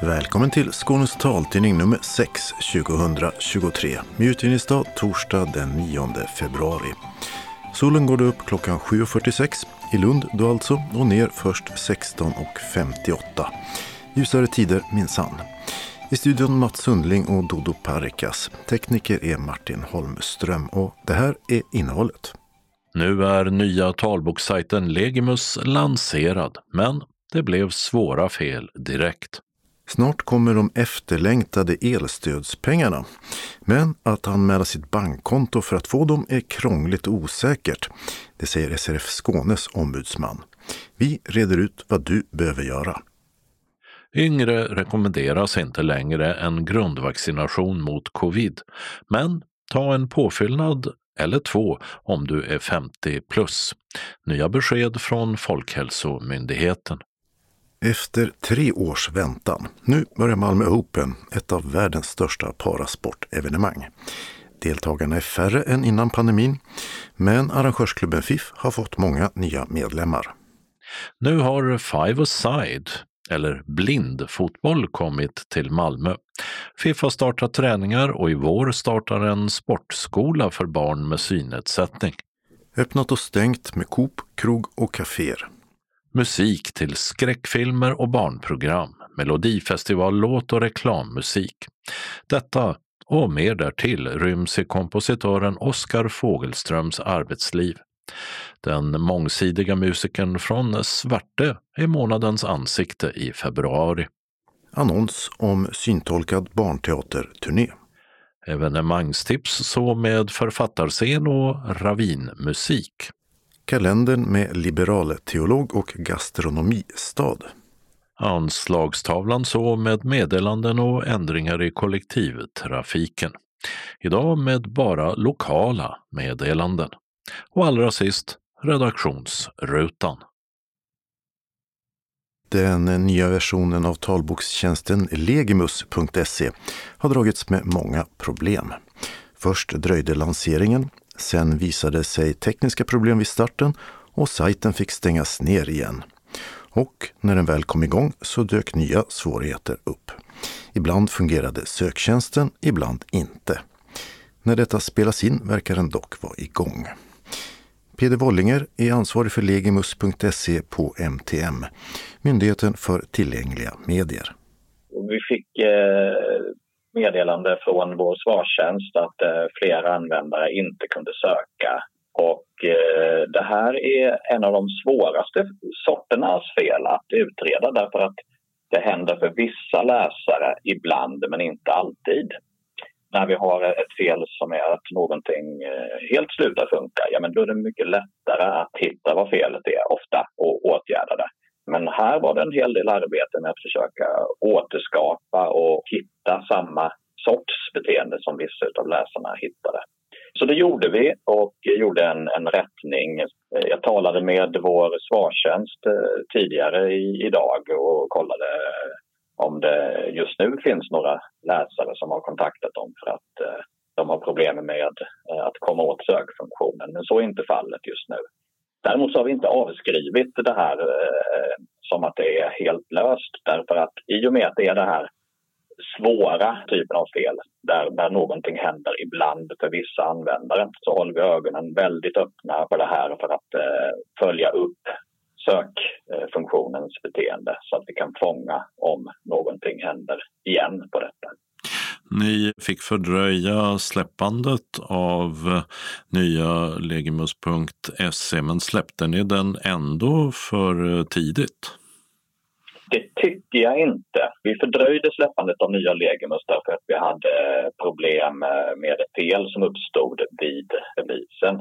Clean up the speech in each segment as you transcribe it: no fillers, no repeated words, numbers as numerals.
Välkommen till Skånes taltidning nummer 6 2023. Med utgivningsdag torsdag den 9 februari. Solen går upp klockan 7.46 i Lund då alltså och ner först 16.58. Ljusare tider minsann. I studion Mats Sundling och Dodo Parikas. Tekniker är Martin Holmström och det här är innehållet. Nu är nya talbokssajten Legimus lanserad, men det blev svåra fel direkt. Snart kommer de efterlängtade elstödspengarna. Men att anmäla sitt bankkonto för att få dem är krångligt och osäkert. Det säger SRF Skånes ombudsman. Vi reder ut vad du behöver göra. Yngre rekommenderas inte längre en grundvaccination mot covid, men ta en påfyllnad eller 2 om du är 50 plus. Nya besked från Folkhälsomyndigheten. Efter 3 års väntan, nu börjar Malmö Open, ett av världens största parasportevenemang. Deltagarna är färre än innan pandemin, men arrangörsklubben FIF har fått många nya medlemmar. Nu har five-a-side, eller blindfotboll, kommit till Malmö. FIF har startat träningar och i vår startar en sportskola för barn med synnedsättning. Öppnat och stängt med Coop, krog och kaféer. Musik till skräckfilmer och barnprogram, melodifestivallåt och reklammusik. Detta och mer därtill ryms i kompositören Oskar Fågelströms arbetsliv. Den mångsidiga musikern från Svarte är månadens ansikte i februari. Annons om syntolkad barnteaterturné. Evenemangstips så med författarscen och ravinmusik. Kalendern med liberalteolog och gastronomistad. Anslagstavlan så med meddelanden och ändringar i kollektivtrafiken. Idag med bara lokala meddelanden. Och allra sist redaktionsrutan. Den nya versionen av talbokstjänsten legimus.se har dragits med många problem. Först dröjde lanseringen, sen visade sig tekniska problem vid starten och sajten fick stängas ner igen. Och när den väl kom igång så dök nya svårigheter upp. Ibland fungerade söktjänsten, ibland inte. När detta spelas in verkar den dock vara igång. Peder Wollinger är ansvarig för legimus.se på MTM, Myndigheten för tillgängliga medier. Vi fick meddelande från vår svarstjänst att flera användare inte kunde söka. Och det här är en av de svåraste sorternas fel att utreda därför att det händer för vissa läsare ibland men inte alltid. När vi har ett fel som är att någonting helt slutar funka, ja men då är det mycket lättare att hitta vad felet är ofta och åtgärda det. Men här var det en hel del arbete med att försöka återskapa och hitta samma sorts beteende som vissa av läsarna hittade. Så det gjorde vi och gjorde en rättning. Jag talade med vår svarstjänst tidigare idag och kollade om det just nu finns några läsare som har kontaktat dem för att de har problem med att komma åt sökfunktionen. Men så är inte fallet just nu. Däremot så har vi inte avskrivit det här som att det är helt löst. Därför att i och med att det är det här svåra typen av fel där någonting händer ibland för vissa användare så håller vi ögonen väldigt öppna för det här för att följa upp sökfunktionens beteende så att vi kan fånga om någonting händer igen på detta. Ni fick fördröja släppandet av nya legimus.se, men släppte ni den ändå för tidigt? Det tycker jag inte. Vi fördröjde släppandet av nya Legimus därför att vi hade problem med ett fel som uppstod vid releasen.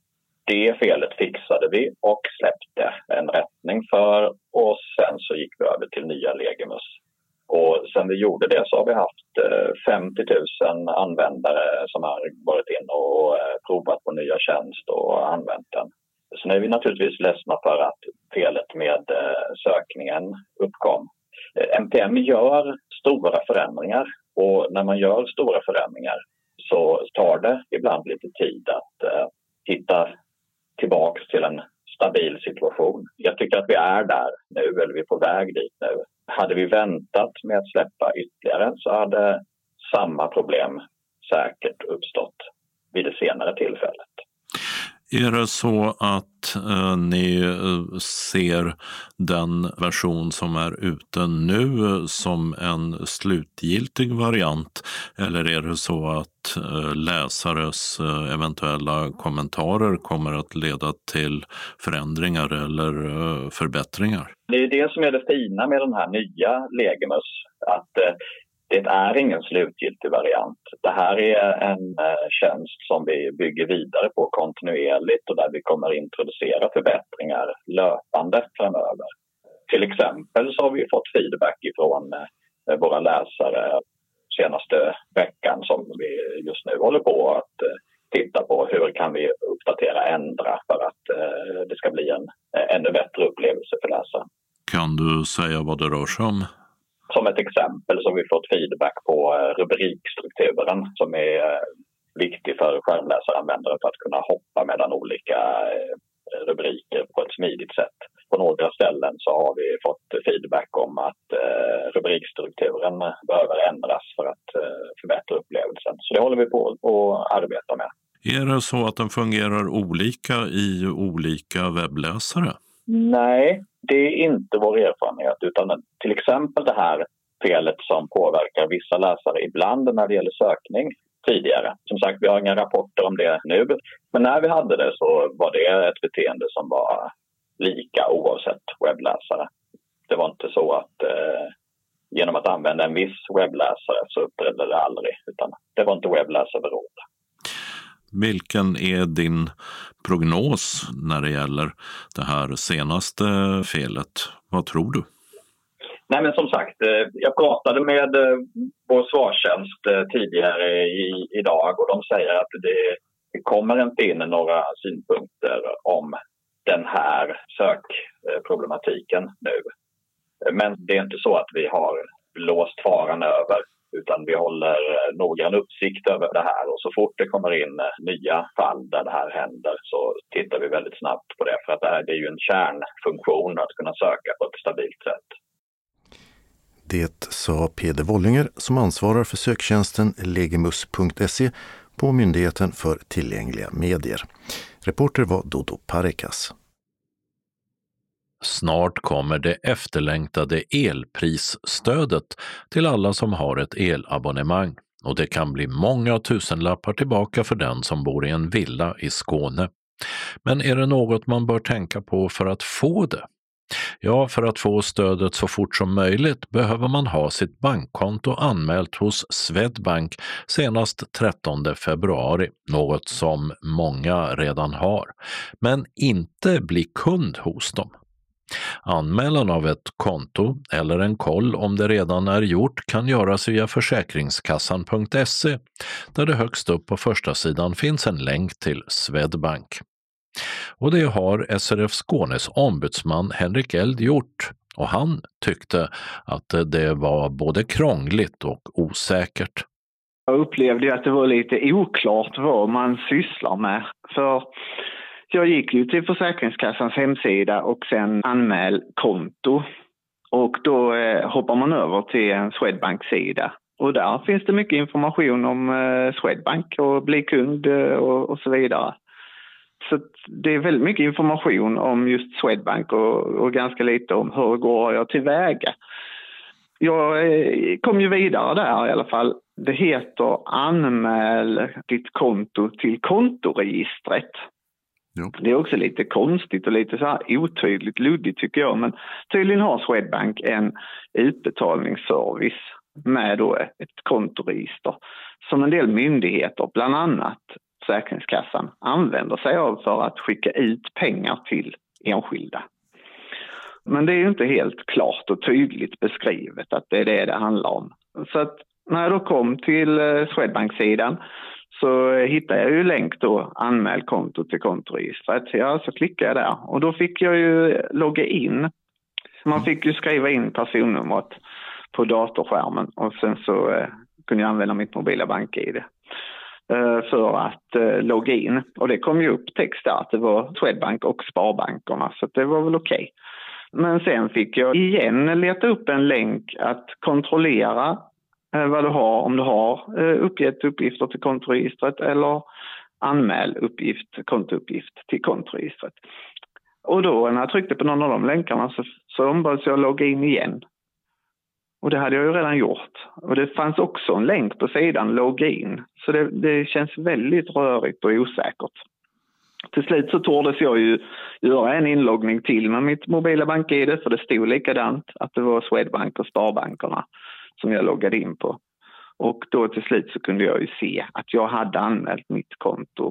Det felet fixade vi och släppte en rättning för och sen så gick vi över till nya Legimus. Och sen vi gjorde det så har vi haft 50 000 användare som har varit in och provat på nya tjänst och använt den. Sen är vi naturligtvis ledsna för att felet med sökningen uppkom. MTM gör stora förändringar och när man gör stora förändringar så tar det ibland lite tid att hitta tillbaks till en stabil situation. Jag tycker att vi är där nu, eller vi är på väg dit nu. Hade vi väntat med att släppa ytterligare så hade samma problem säkert uppstått vid det senare tillfället. Är det så att ni ser den version som är ute nu som en slutgiltig variant, eller är det så att läsares eventuella kommentarer kommer att leda till förändringar eller förbättringar? Det är det som är det fina med den här nya Legimus, att det är ingen slutgiltig variant. Det här är en tjänst som vi bygger vidare på kontinuerligt och där vi kommer introducera förbättringar löpande framöver. Till exempel så har vi fått feedback ifrån våra läsare senaste veckan som vi just nu håller på att titta på. Hur kan vi uppdatera, ändra för att det ska bli en ännu bättre upplevelse för läsaren. Kan du säga vad det rör sig om? Som ett exempel så har vi fått feedback på rubrikstrukturen som är viktig för skärmläsaranvändare för att kunna hoppa mellan olika rubriker på ett smidigt sätt. På några ställen så har vi fått feedback om att rubrikstrukturen behöver ändras för att förbättra upplevelsen. Så det håller vi på att arbeta med. Är det så att den fungerar olika i olika webbläsare? Nej, det är inte vår erfarenhet, utan till exempel det här felet som påverkar vissa läsare ibland när det gäller sökning tidigare. Som sagt, vi har inga rapporter om det nu, men när vi hade det så var det ett beteende som var lika oavsett webbläsare. Det var inte så att genom att använda en viss webbläsare så uppträdde det aldrig, utan det var inte webbläsarberoende. Vilken är din prognos när det gäller det här senaste felet? Vad tror du? Nej, men som sagt, jag pratade med vår svarstjänst tidigare idag och de säger att det kommer inte in några synpunkter om den här sökproblematiken nu. Men det är inte så att vi har blåst faran över, utan vi håller noggrann uppsikt över det här och så fort det kommer in nya fall där det här händer så tittar vi väldigt snabbt på det, för att det är ju en kärnfunktion att kunna söka på ett stabilt sätt. Det sa Peder Wollinger som ansvarar för söktjänsten legimus.se på Myndigheten för tillgängliga medier. Reporter var Dodo Parikas. Snart kommer det efterlängtade elprisstödet till alla som har ett elabonnemang och det kan bli många tusenlappar tillbaka för den som bor i en villa i Skåne. Men är det något man bör tänka på för att få det? Ja, för att få stödet så fort som möjligt behöver man ha sitt bankkonto anmält hos Swedbank senast 13 februari, något som många redan har, men inte bli kund hos dem. Anmälan av ett konto eller en koll om det redan är gjort kan göras via försäkringskassan.se där det högst upp på första sidan finns en länk till Swedbank. Och det har SRF Skånes ombudsman Henrik Eld gjort och han tyckte att det var både krångligt och osäkert. Jag upplevde att det var lite oklart vad man sysslar med, för jag gick ju till Försäkringskassans hemsida och sen anmäl konto och då hoppar man över till en Swedbank-sida och där finns det mycket information om Swedbank och bli kund och så vidare. Så det är väldigt mycket information om just Swedbank och ganska lite om hur går jag tillväga. Jag kom ju vidare där i alla fall. Det heter anmäl ditt konto till kontoregistret. Ja. Det är också lite konstigt och lite så här otydligt, luddigt tycker jag. Men tydligen har Swedbank en utbetalningsservice med då ett kontoregister som en del myndigheter, bland annat Försäkringskassan, använder sig av för att skicka ut pengar till enskilda. Men det är ju inte helt klart och tydligt beskrivet att det är det handlar om. Så att när jag då kom till Swedbank-sidan så hittade jag ju länk då, anmäl konto till kontoregistret. Ja, så klickade jag där och då fick jag ju logga in. Man fick ju skriva in personnumret på datorskärmen och sen så kunde jag använda mitt mobila bank-ID. för att logga in. Och det kom ju upp text där att det var Swedbank och Sparbankerna, så det var väl okej. Men sen fick jag igen leta upp en länk att kontrollera vad du har, om du har uppgett uppgifter till kontoregistret eller anmäl kontouppgift till kontoregistret. Och då när jag tryckte på någon av de länkarna så ombads jag logga in igen. Och det hade jag ju redan gjort. Och det fanns också en länk på sidan, logga in. Så det känns väldigt rörigt och osäkert. Till slut så tordes jag ju göra en inloggning till med mitt mobila bank-ID, för det stod likadant att det var Swedbank och Sparbankerna som jag loggade in på. Och då till slut så kunde jag ju se att jag hade anmält mitt konto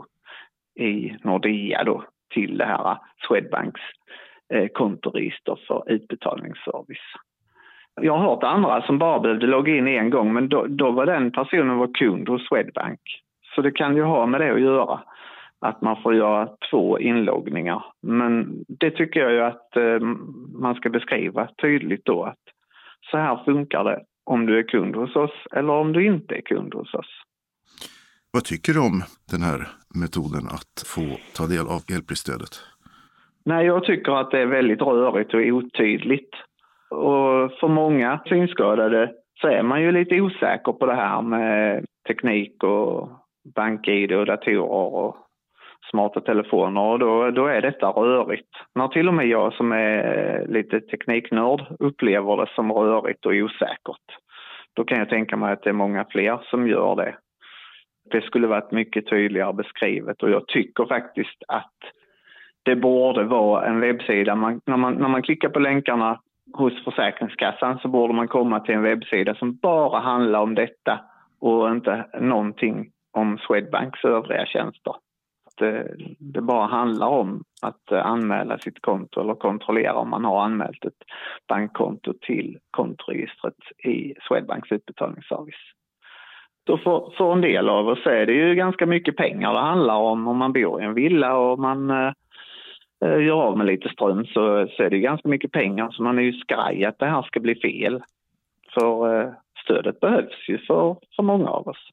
i Nordea då till det här Swedbanks kontoregister för utbetalningsservice. Jag har hört andra som bara behövde logga in en gång, men då var den personen var kund hos Swedbank. Så det kan ju ha med det att göra, att man får göra 2 inloggningar. Men det tycker jag ju att man ska beskriva tydligt då, att så här funkar det om du är kund hos oss eller om du inte är kund hos oss. Vad tycker du om den här metoden att få ta del av elprisstödet? Nej, jag tycker att det är väldigt rörigt och otydligt. Och för många synskadade så är man ju lite osäker på det här med teknik och bank-ID och datorer och smarta telefoner, och då är detta rörigt. När till och med jag som är lite tekniknörd upplever det som rörigt och osäkert, då kan jag tänka mig att det är många fler som gör det. Det skulle varit mycket tydligare beskrivet, och jag tycker faktiskt att det borde vara en webbsida. När man klickar på länkarna hos Försäkringskassan så borde man komma till en webbsida som bara handlar om detta och inte någonting om Swedbanks övriga tjänster. Det bara handlar om att anmäla sitt konto eller kontrollera om man har anmält ett bankkonto till kontoregistret i Swedbanks utbetalningsservice. Då för en del av oss är det ju ganska mycket pengar det handlar om man bor i en villa och man gör av med lite ström, så är det ganska mycket pengar, så man är ju skraj att det här ska bli fel. För stödet behövs ju för många av oss.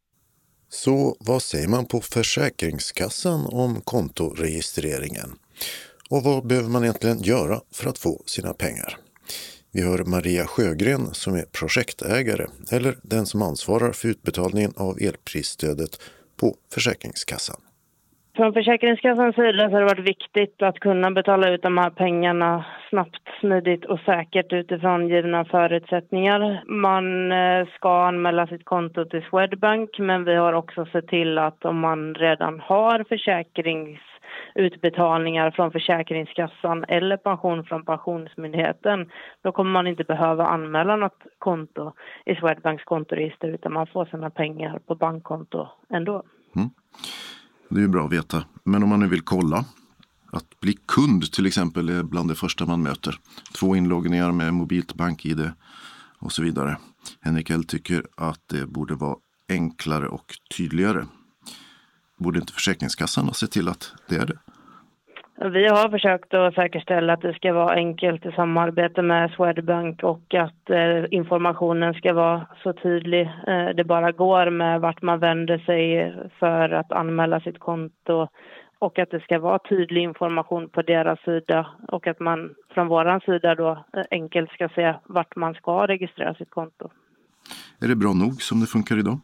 Så vad säger man på Försäkringskassan om kontoregistreringen? Och vad behöver man egentligen göra för att få sina pengar? Vi hör Maria Sjögren som är projektägare, eller den som ansvarar för utbetalningen av elprisstödet på Försäkringskassan. Från Försäkringskassans sida så har det varit viktigt att kunna betala ut de här pengarna snabbt, smidigt och säkert utifrån givna förutsättningar. Man ska anmäla sitt konto till Swedbank, men vi har också sett till att om man redan har försäkringsutbetalningar från Försäkringskassan eller pension från Pensionsmyndigheten, då kommer man inte behöva anmäla något konto i Swedbanks kontoregister, utan man får sina pengar på bankkonto ändå. Mm. Det är ju bra att veta. Men om man nu vill kolla, att bli kund till exempel är bland det första man möter. 2 inloggningar med mobilt bank-ID och så vidare. Henrik L tycker att det borde vara enklare och tydligare. Borde inte Försäkringskassan se till att det är det? Vi har försökt att säkerställa att det ska vara enkelt i samarbete med Swedbank och att informationen ska vara så tydlig det bara går med vart man vänder sig för att anmäla sitt konto, och att det ska vara tydlig information på deras sida och att man från våran sida då enkelt ska se vart man ska registrera sitt konto. Är det bra nog som det funkar idag?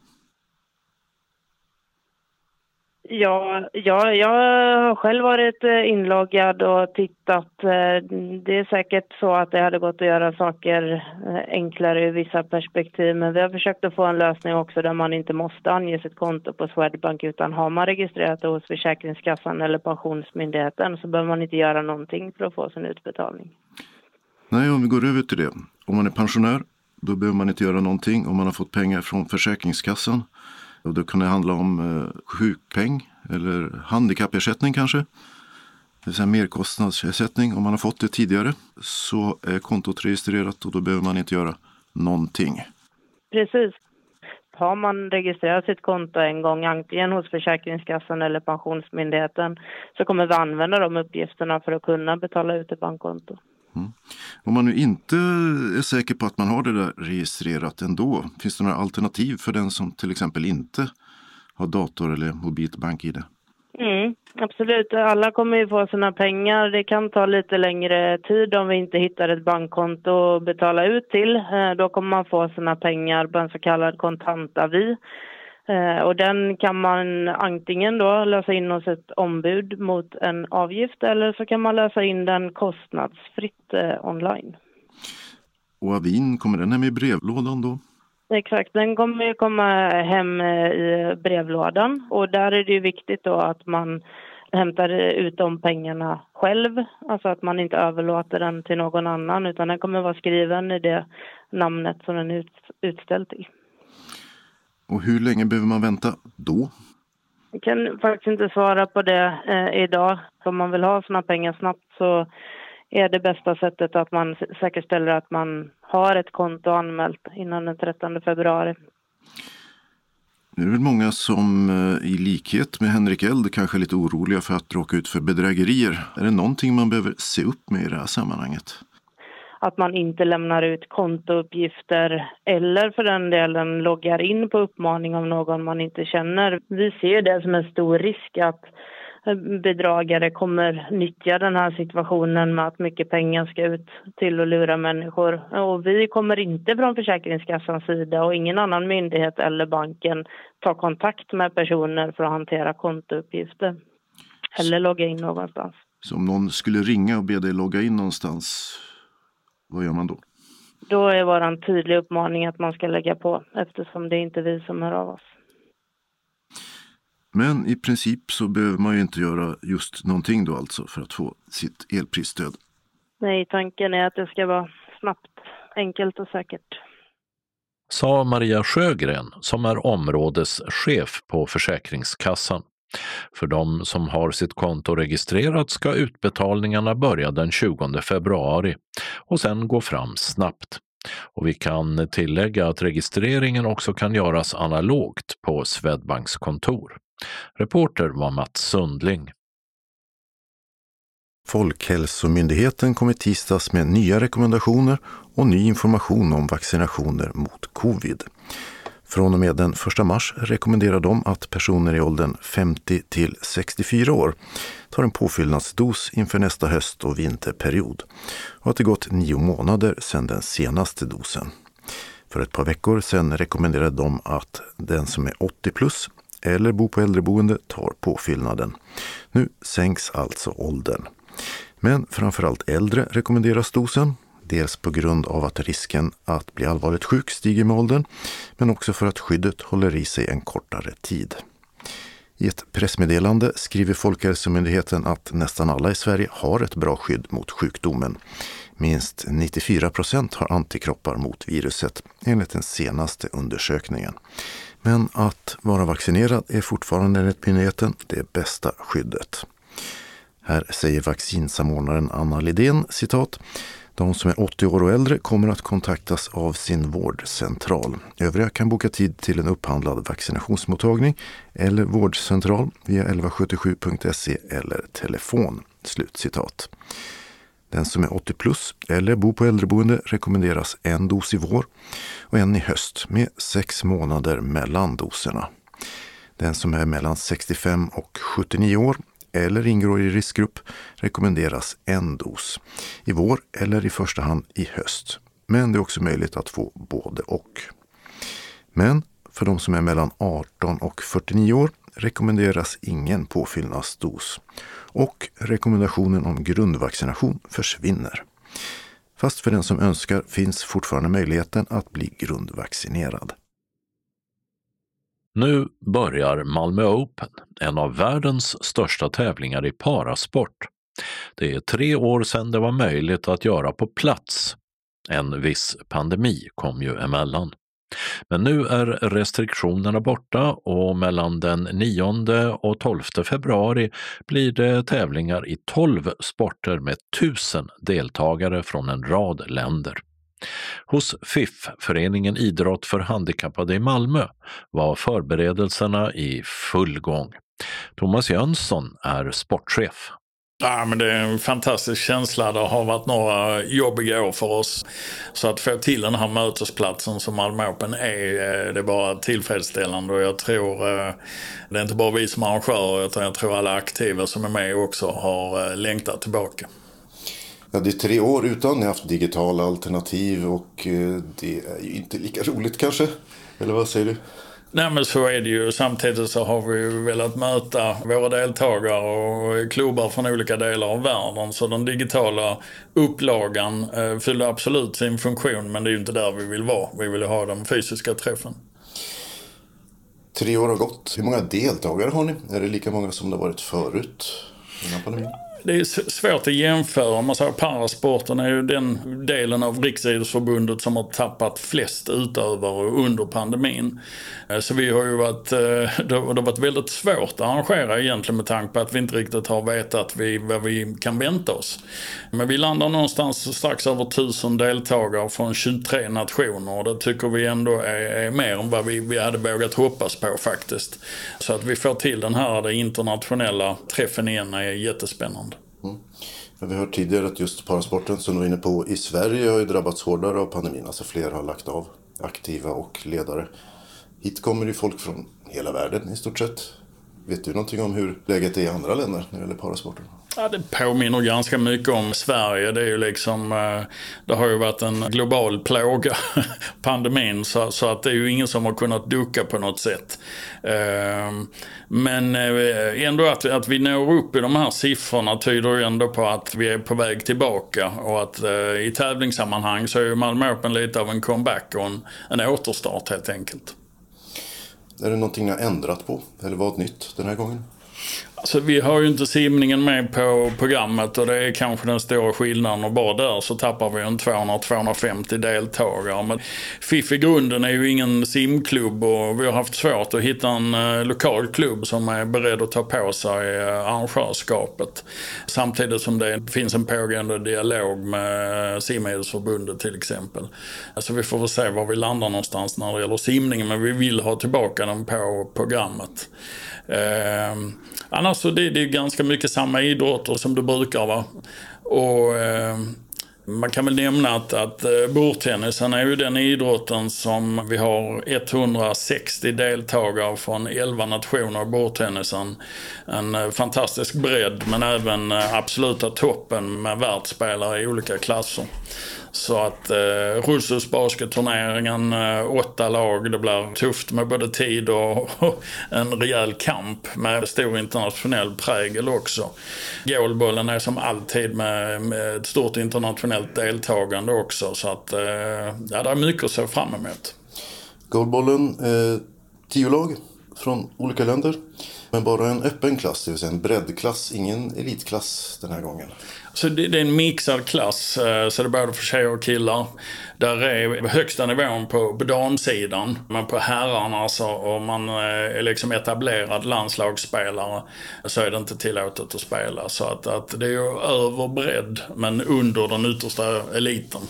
Ja, jag har själv varit inloggad och tittat. Det är säkert så att det hade gått att göra saker enklare i vissa perspektiv. Men vi har försökt att få en lösning också där man inte måste ange sitt konto på Swedbank, utan har man registrerat det hos Försäkringskassan eller Pensionsmyndigheten så behöver man inte göra någonting för att få sin utbetalning. Nej, om vi går över till det. Om man är pensionär, då behöver man inte göra någonting. Om man har fått pengar från Försäkringskassan, och då kan det handla om sjukpeng eller handikappersättning kanske. Det vill säga merkostnadsersättning. Om man har fått det tidigare så är kontot registrerat och då behöver man inte göra någonting. Precis. Har man registrerat sitt konto en gång, antingen hos Försäkringskassan eller Pensionsmyndigheten, så kommer vi använda de uppgifterna för att kunna betala ut ett bankkonto. Mm. Om man nu inte är säker på att man har det där registrerat ändå, finns det några alternativ för den som till exempel inte ha dator eller mobilt bank-ID? Absolut, alla kommer ju få sina pengar. Det kan ta lite längre tid om vi inte hittar ett bankkonto att betala ut till. Då kommer man få sina pengar på en så kallad kontantavi. Och den kan man antingen då lösa in hos ett ombud mot en avgift, eller så kan man lösa in den kostnadsfritt online. Och avin, kommer den hem i brevlådan då? Exakt, den kommer ju komma hem i brevlådan, och där är det ju viktigt då att man hämtar ut de pengarna själv. Alltså att man inte överlåter den till någon annan, utan den kommer vara skriven i det namnet som den är utställd till. Och hur länge behöver man vänta då? Jag kan faktiskt inte svara på det idag. Om man vill ha såna pengar snabbt så är det bästa sättet att man säkerställer att man har ett konto anmält innan den 13 februari. Nu är det väl många som i likhet med Henrik Eld kanske är lite oroliga för att råka ut för bedrägerier. Är det någonting man behöver se upp med i det här sammanhanget? Att man inte lämnar ut kontouppgifter eller för den delen loggar in på uppmaning av någon man inte känner. Vi ser det som en stor risk att bedragare kommer nyttja den här situationen med att mycket pengar ska ut till att lura människor. Och vi kommer inte från Försäkringskassans sida och ingen annan myndighet eller banken ta kontakt med personer för att hantera kontouppgifter eller logga in någonstans. Så om någon skulle ringa och be dig logga in någonstans, vad gör man då? Då är våran tydlig uppmaning att man ska lägga på, eftersom det är inte vi som hör av oss. Men i princip så behöver man ju inte göra just någonting då alltså för att få sitt elprisstöd. Nej, tanken är att det ska vara snabbt, enkelt och säkert. Sa Maria Sjögren som är områdeschef på Försäkringskassan. För de som har sitt konto registrerat ska utbetalningarna börja den 20 februari och sen gå fram snabbt. Och vi kan tillägga att registreringen också kan göras analogt på Swedbanks kontor. Reporter var Mats Sundling. Folkhälsomyndigheten kom i tisdags med nya rekommendationer och ny information om vaccinationer mot covid. Från och med den 1 mars rekommenderar de att personer i åldern 50 till 64 år tar en påfyllnadsdos inför nästa höst- och vinterperiod och att det gått 9 månader sedan den senaste dosen. För ett par veckor sedan rekommenderade de att den som är 80 plus eller bor på äldreboende tar påfyllnaden. Nu sänks alltså åldern. Men framförallt äldre rekommenderas dosen. Dels på grund av att risken att bli allvarligt sjuk stiger med åldern, men också för att skyddet håller i sig en kortare tid. I ett pressmeddelande skriver Folkhälsomyndigheten att nästan alla i Sverige har ett bra skydd mot sjukdomen. Minst 94% har antikroppar mot viruset enligt den senaste undersökningen. Men att vara vaccinerad är fortfarande enligt myndigheten det bästa skyddet. Här säger vaccinsamordnaren Anna Lidén, citat: "De som är 80 år och äldre kommer att kontaktas av sin vårdcentral. Övriga kan boka tid till en upphandlad vaccinationsmottagning eller vårdcentral via 1177.se eller telefon." Slutcitat. Den som är 80 plus eller bor på äldreboende rekommenderas en dos i vår och en i höst med 6 månader mellan doserna. Den som är mellan 65 och 79 år eller ingår i riskgrupp rekommenderas en dos i vår eller i första hand i höst. Men det är också möjligt att få både och. Men för de som är mellan 18 och 49 år rekommenderas ingen påfyllnadsdos och rekommendationen om grundvaccination försvinner. Fast för den som önskar finns fortfarande möjligheten att bli grundvaccinerad. Nu börjar Malmö Open, en av världens största tävlingar i parasport. Det är 3 år sedan det var möjligt att göra på plats. En viss pandemi kom ju emellan. Men nu är restriktionerna borta och mellan den 9 och 12 februari blir det tävlingar i 12 sporter med 1000 deltagare från en rad länder. Hos FIF, Föreningen Idrott för handikappade i Malmö, var förberedelserna i full gång. Thomas Jönsson är sportchef. Ja, men det är en fantastisk känsla. Det har varit några jobbiga år för oss. Så att få till den här mötesplatsen som Malmö Open är, det är bara tillfredsställande. Och jag tror, det är inte bara vi som arrangörer, utan jag tror alla aktiva som är med också har längtat tillbaka. Ja, det är 3 år utan ni har haft digitala alternativ och det är ju inte lika roligt kanske. Eller vad säger du? Nej, men så är det ju. Samtidigt så har vi ju velat möta våra deltagare och klubbar från olika delar av världen. Så den digitala upplagan fyller absolut sin funktion, men det är ju inte där vi vill vara. Vi vill ha den fysiska träffen. 3 år har gått. Hur många deltagare har ni? Är det lika många som det varit förut innan pandemin? Det är svårt att jämföra. Man säger parasporten är ju den delen av Riksidrottsförbundet som har tappat flest utövare under pandemin. Så vi har ju varit, det har varit väldigt svårt att arrangera egentligen med tanke på att vi inte riktigt har vetat vad vi kan vänta oss. Men vi landar någonstans strax över 1000 deltagare från 23 nationer och det tycker vi ändå är mer än vad vi hade vågat hoppas på faktiskt. Så att vi får till den här internationella träffen igen är jättespännande. Mm. Vi har hört tidigare att just parasporten som du var inne på i Sverige har ju drabbats hårdare av pandemin. Alltså fler har lagt av, aktiva och ledare. Hit kommer ju folk från hela världen i stort sett. Vet du någonting om hur läget är i andra länder när det gäller parasporten? Ja, det påminner ganska mycket om Sverige. Det är ju liksom, det har ju varit en global plåga, pandemin, så att det är ju ingen som har kunnat ducka på något sätt. Men ändå att vi når upp i de här siffrorna tyder ju ändå på att vi är på väg tillbaka och att i tävlingssammanhang så är ju Malmö Open lite av en comeback och en återstart helt enkelt. Är det någonting ni har ändrat på eller vad nytt den här gången? Alltså, vi har ju inte simningen med på programmet och det är kanske den stora skillnaden och bara där så tappar vi en 200-250 deltagare. Men FIF i grunden är ju ingen simklubb och vi har haft svårt att hitta en lokal klubb som är beredd att ta på sig arrangörskapet. Samtidigt som det finns en pågående dialog med Simidrottsförbundet till exempel. Alltså vi får väl se var vi landar någonstans när det gäller simningen, men vi vill ha tillbaka den på programmet. Annars så det är ganska mycket samma idrotter som det brukar vara. Och man kan väl nämna att bordtennisen är ju den idrotten som vi har 160 deltagare från 11 nationer i bordtennisen. En fantastisk bredd men även absoluta toppen med världsspelare i olika klasser. Så att Russus basketturneringen, 8 lag, det blir tufft med både tid och en rejäl kamp med stor internationell prägel också. Goalbollen är som alltid med ett stort internationellt deltagande också, så att ja, det är mycket att se fram emot. Goalbollen, 10 lag från olika länder, men bara en öppen klass, det vill säga en breddklass, ingen elitklass den här gången. Så det är en mixad klass, så det är både för tjejer och killar. Där är högsta nivån på damsidan, men på herrarna så om man är liksom etablerad landslagsspelare så är det inte tillåtet att spela. Så att det är ju över bredd men under den yttersta eliten.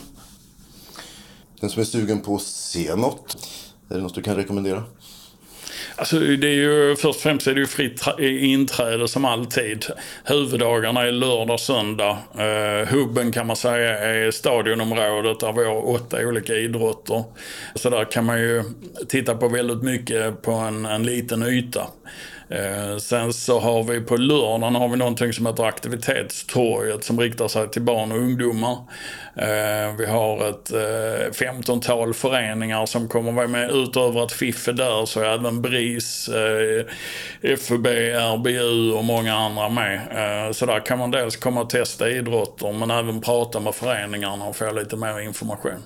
Den som är sugen på att se något, är det något du kan rekommendera? Alltså det är ju, först och främst är det ju fritt inträde som alltid. Huvuddagarna är lördag och söndag. Hubben kan man säga är stadionområdet där vi har 8 olika idrotter. Så där kan man ju titta på väldigt mycket på en liten yta. Sen så har vi på lördagen har vi någonting som heter aktivitetstorget som riktar sig till barn och ungdomar. Vi har ett 15-tal föreningar som kommer vara med. Utöver att FIF är där så är även BRIS, FUB, RBU och många andra med. Så där kan man dels komma och testa idrotter men även prata med föreningarna och få lite mer information.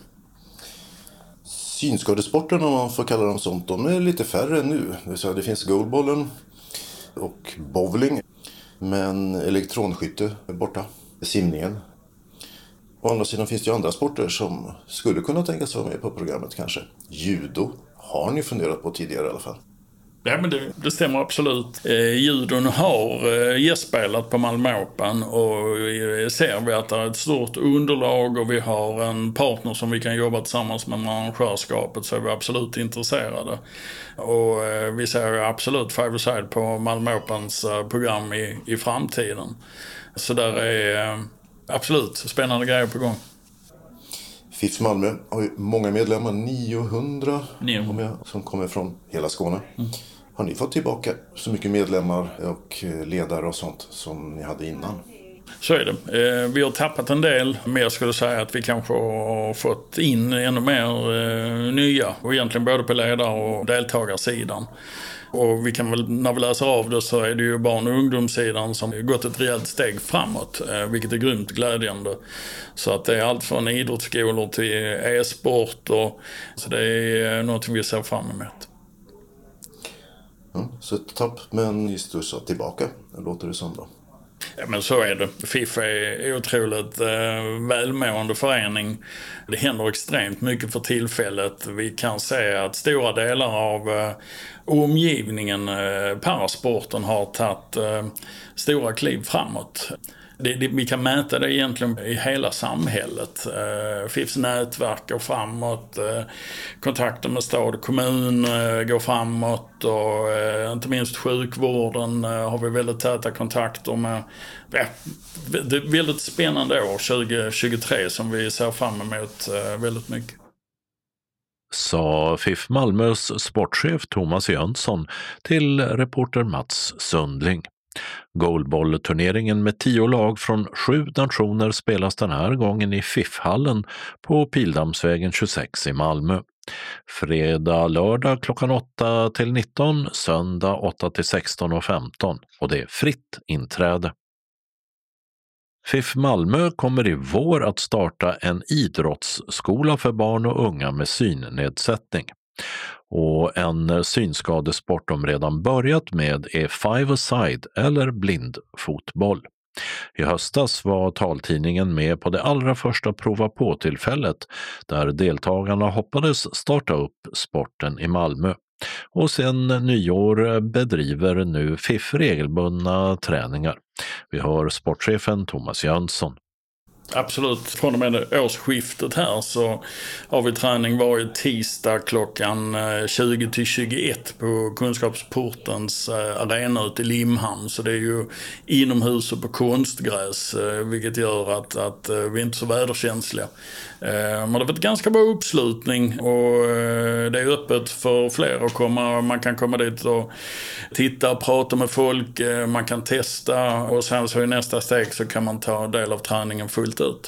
Synskadesporten, om man får kalla dem sånt, de är lite färre nu. Det finns goalbollen och bowling, men elektronskytte är borta, simningen. Å andra sidan finns det ju andra sporter som skulle kunna tänkas vara med på programmet kanske. Judo har ni funderat på tidigare i alla fall. Ja, men det stämmer absolut. Judon har gästspelat på Malmö Open och ser vi att det är ett stort underlag och vi har en partner som vi kan jobba tillsammans med arrangörskapet, så är vi absolut intresserade. Och vi ser absolut five-a-side på Malmö Opens program i framtiden. Så där är absolut spännande grejer på gång. FIF Malmö har ju många medlemmar, 900 som kommer från hela Skåne. Har ni fått tillbaka så mycket medlemmar och ledare och sånt som ni hade innan? Så är det. Vi har tappat en del, men jag skulle säga att vi kanske har fått in ännu mer nya. Och egentligen både på ledar- och deltagarsidan. Och vi kan väl, när vi läser av det, så är det ju barn- och ungdomssidan som har gått ett rejält steg framåt, vilket är grymt glädjande. Så att det är allt från idrottsskolor till e-sport, och så det är något vi ser fram emot. Så ett tapp, men ni studsar tillbaka, låter det som då? Ja, men så är det. FIF är otroligt välmående förening. Det händer extremt mycket för tillfället. Vi kan se att stora delar av omgivningen, parasporten, har tagit stora kliv framåt. Vi kan mäta det egentligen i hela samhället. FIFs nätverk går framåt, kontakter med stad och kommun går framåt, och inte minst sjukvården har vi väldigt täta kontakter med. Det är väldigt spännande år 2023 som vi ser fram emot väldigt mycket. Sa FIF Malmös sportchef Thomas Jönsson till reporter Mats Sundling. Goalball-turneringen med 10 lag från 7 nationer spelas den här gången i FIF-hallen på Pildammsvägen 26 i Malmö. Fredag, lördag klockan 8 till 19, söndag 8 till 16:15, och det är fritt inträde. FIF Malmö kommer i vår att starta en idrottsskola för barn och unga med synnedsättning. Och en synskadesport de redan börjat med är five-a-side eller blindfotboll. I höstas var taltidningen med på det allra första prova på-tillfället där deltagarna hoppades starta upp sporten i Malmö. Och sedan nyår bedriver nu FIF regelbundna träningar. Vi hör sportchefen Thomas Jönsson. Absolut. Från och med årsskiftet här så har vi träning varje tisdag klockan 20 till 21 på Kunskapsportens arena ute i Limhamn. Så det är ju inomhus och på konstgräs, vilket gör att vi inte är så väderkänsliga. Men det har varit ganska bra uppslutning, och det är öppet för fler att komma. Man kan komma dit och titta, prata med folk, man kan testa, och sen så i nästa steg så kan man ta del av träningen fullt ut.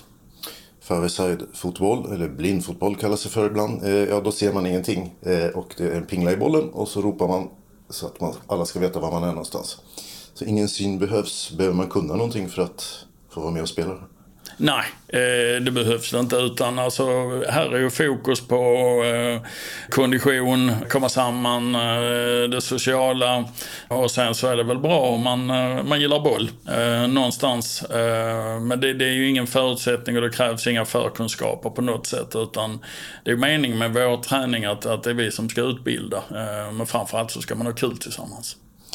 Five-a-side-fotboll, eller blindfotboll kallas det för ibland, då ser man ingenting, och det är en pingla i bollen och så ropar man så att alla ska veta var man är någonstans. Så ingen syn behövs. Behöver man kunna någonting för att få vara med och spela? Nej, det behövs det inte, utan alltså, här är ju fokus på kondition, komma samman, det sociala, och sen så är det väl bra om man gillar boll någonstans. Men det är ju ingen förutsättning, och det krävs inga förkunskaper på något sätt, utan det är meningen med vår träning att det är vi som ska utbilda, men framförallt så ska man ha kul tillsammans.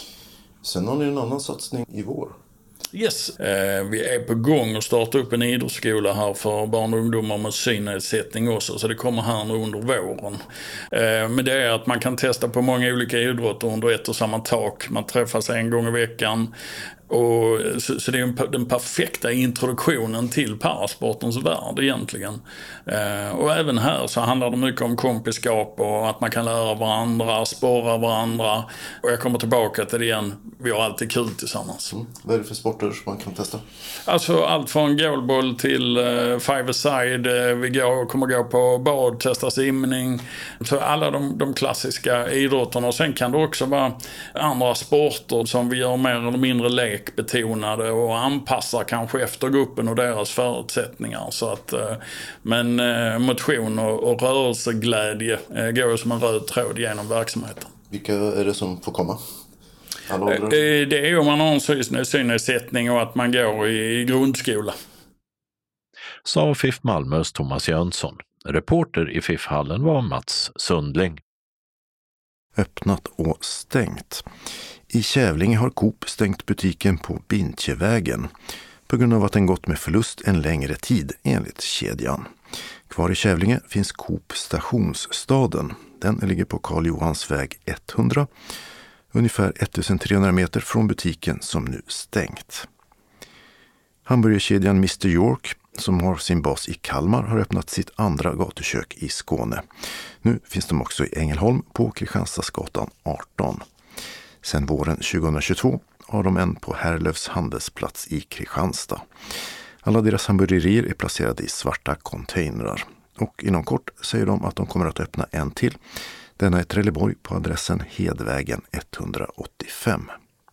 Sen har ni en annan satsning i vår. Yes, vi är på gång att starta upp en idrottsskola här för barn och ungdomar med synnedsättning också, så det kommer här nu under våren. Men det är att man kan testa på många olika idrotter under ett och samma tak. Man träffas en gång i veckan. Och så det är den perfekta introduktionen till parasportens värld egentligen. Och även här så handlar det mycket om kompiskap och att man kan lära varandra, spåra varandra. Och jag kommer tillbaka till det igen, vi har alltid kul tillsammans. Vad är det för sporter som man kan testa? Alltså allt från goalball till five-a-side. Vi kommer gå på bad, testa simning. Så alla de klassiska idrotterna. Och sen kan det också vara andra sporter som vi gör mer eller mindre lekbetonade och anpassar kanske efter gruppen och deras förutsättningar. Så att, men motion och rörelseglädje går som en röd tråd genom verksamheten. Vilka är det som får komma? Det är om man har en synnedsättning och att man går i grundskola. Sa FIF Malmös Thomas Jönsson. Reporter i FIF-hallen var Mats Sundling. öppnat och stängt. I Kävlinge har Coop stängt butiken på Bintjevägen på grund av att den gått med förlust en längre tid enligt kedjan. Kvar i Kävlinge finns Coop Stationsstaden. Den ligger på Karl Johans väg 100, ungefär 1300 meter från butiken som nu stängt. Hamburgerkedjan Mr. York, som har sin bas i Kalmar, har öppnat sitt andra gatukök i Skåne. Nu finns de också i Ängelholm på Kristianstadsgatan 18. Sen våren 2022 har de en på Härlövs handelsplats i Kristianstad. Alla deras hamburgerier är placerade i svarta containrar. Och inom kort säger de att de kommer att öppna en till. Denna är Trelleborg på adressen Hedvägen 185.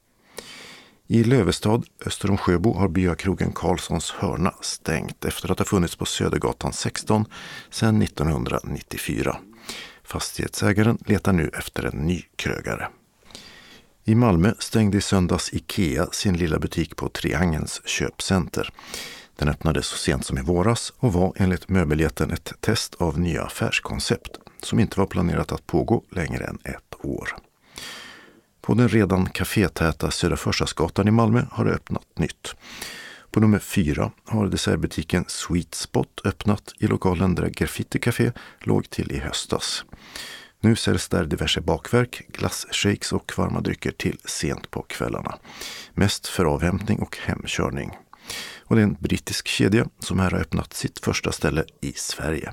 I Lövestad, öster om Sjöbo, har byakrogen Karlssons hörna stängt efter att ha funnits på Södergatan 16 sedan 1994. Fastighetsägaren letar nu efter en ny krögare. I Malmö stängde i söndags IKEA sin lilla butik på Triangens köpcenter. Den öppnade så sent som i våras och var enligt möbeljätten ett test av nya affärskoncept som inte var planerat att pågå längre än ett år. På den redan kafétäta Södra Förstadsgatan i Malmö har det öppnat nytt. På nummer 4 har dessertbutiken Sweet Spot öppnat i lokalen där Graffiti Café låg till i höstas. Nu säljs där diverse bakverk, glasshakes och varma drycker till sent på kvällarna. Mest för avhämtning och hemkörning. Och det är en brittisk kedja som här har öppnat sitt första ställe i Sverige.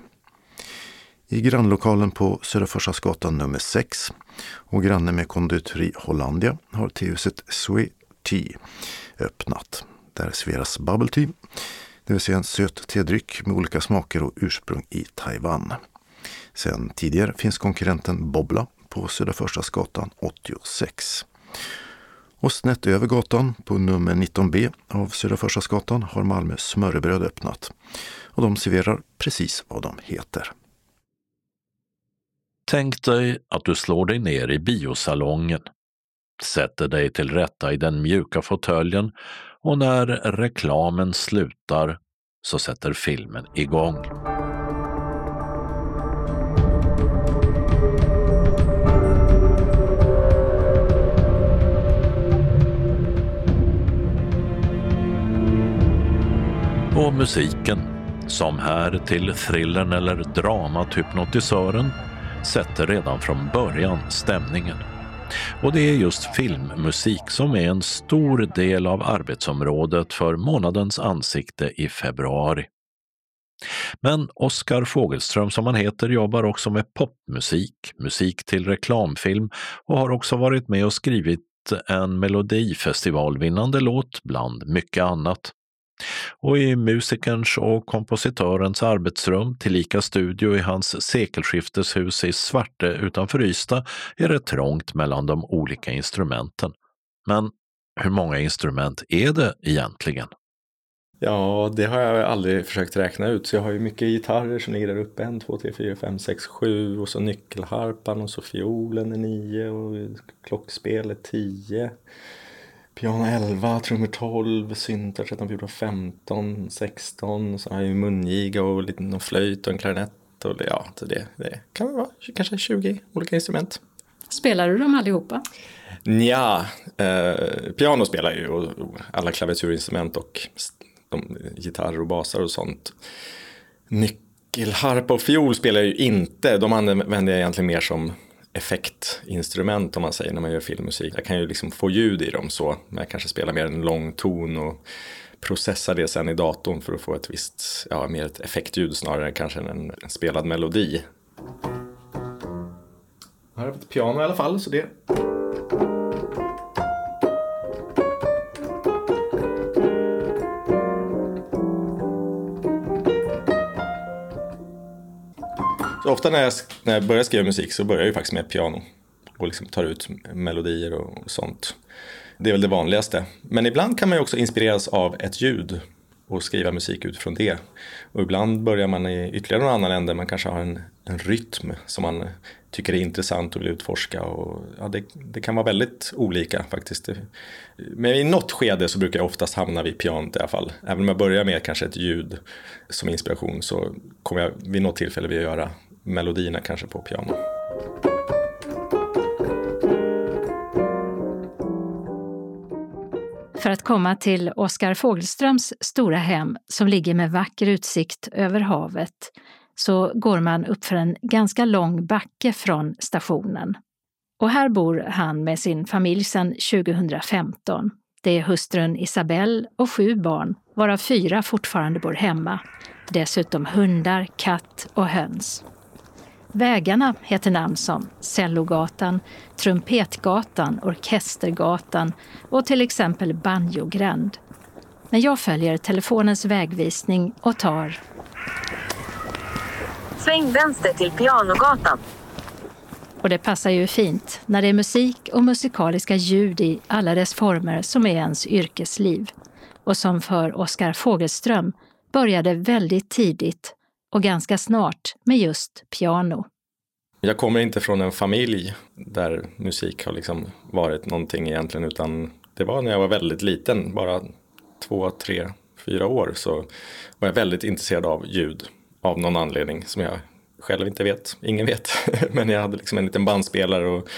I grannlokalen på Södra Förstadsgatan nummer 6 och granne med konditori Hollandia har tehuset Sweet Tea öppnat. Där serveras bubble tea, det vill säga en söt tedryck med olika smaker och ursprung i Taiwan. Sen tidigare finns konkurrenten Bobbla på Södra Förstadsgatan 86. Och snett över gatan på nummer 19B av Södra Förstadsgatan har Malmö smörrebröd öppnat. Och de serverar precis vad de heter. Tänk dig att du slår dig ner i biosalongen, sätter dig till rätta i den mjuka fåtöljen och när reklamen slutar så sätter filmen igång. Och musiken, som här till thrillern eller dramat Hypnotisören, sätter redan från början stämningen. Och det är just filmmusik som är en stor del av arbetsområdet för månadens ansikte i februari. Men Oskar Fogelström, som han heter, jobbar också med popmusik, musik till reklamfilm och har också varit med och skrivit en melodifestivalvinnande låt bland mycket annat. Och i musikerns och kompositörens arbetsrum, tillika studio i hans sekelskifteshus i Svarte utanför Ystad, är det trångt mellan de olika instrumenten. Men hur många instrument är det egentligen? Ja, det har jag aldrig försökt räkna ut. Så jag har ju mycket gitarrer som ligger där uppe. 1, 2, 3, 4, 5, 6, 7. Och så nyckelharpan och så fiolen är 9 och klockspelet 10. Piano 11, trummor 12, syntar 13, 14, 15, 16. Så har jag ju mungiga och lite flöjt och en klarinett. Och ja, det kan vara kanske 20 olika instrument. Spelar du dem allihopa? Nja, piano spelar ju och alla klaviaturinstrument och gitarrer och basar och sånt. Nyckelharpa och fiol spelar jag ju inte. De använder jag egentligen mer som effektinstrument om man säger när man gör filmmusik. Jag kan ju liksom få ljud i dem så, men jag kanske spelar mer en lång ton och processar det sen i datorn för att få ett visst, ja, mer ett effektljud snarare kanske än en spelad melodi. Här har vi ett piano i alla fall, så det... Så ofta när jag börjar skriva musik så börjar jag ju faktiskt med piano och liksom tar ut melodier och sånt. Det är väl det vanligaste. Men ibland kan man ju också inspireras av ett ljud och skriva musik utifrån det. Och ibland börjar man i ytterligare någon annan ände. Man kanske har en rytm som man tycker är intressant och vill utforska. Och ja, det kan vara väldigt olika faktiskt. Men i något skede så brukar jag oftast hamna vid pianot i alla fall. Även om jag börjar med kanske ett ljud som inspiration så kommer jag vid något tillfälle vilja göra melodierna kanske på piano. För att komma till Oskar Fogelströms stora hem som ligger med vacker utsikt över havet så går man upp för en ganska lång backe från stationen. Och här bor han med sin familj sedan 2015. Det är hustrun Isabelle och 7 barn, varav 4 fortfarande bor hemma. Dessutom hundar, katt och höns. Vägarna heter namn som Cellogatan, Trumpetgatan, Orkestergatan och till exempel Banjogränd. Men jag följer telefonens vägvisning och tar... Sväng vänster till Pianogatan. Och det passar ju fint när det är musik och musikaliska ljud i alla dess former som är ens yrkesliv. Och som för Oskar Fogelström började väldigt tidigt och ganska snart med just piano. Jag kommer inte från en familj där musik har liksom varit någonting egentligen, utan det var när jag var väldigt liten, bara 2, 3, 4 år, så var jag väldigt intresserad av ljud av någon anledning som jag själv inte vet, ingen vet. Men jag hade liksom en liten bandspelare och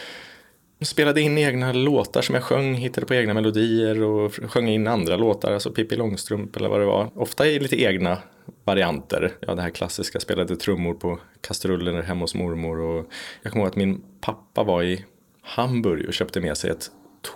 spelade in egna låtar som jag sjöng, hittade på egna melodier och sjöng in andra låtar, alltså Pippi Långstrump eller vad det var. Ofta i lite egna varianter. Ja, det här klassiska, spelade trummor på kastrullen hemma hos mormor. Och jag kommer ihåg att min pappa var i Hamburg och köpte med sig ett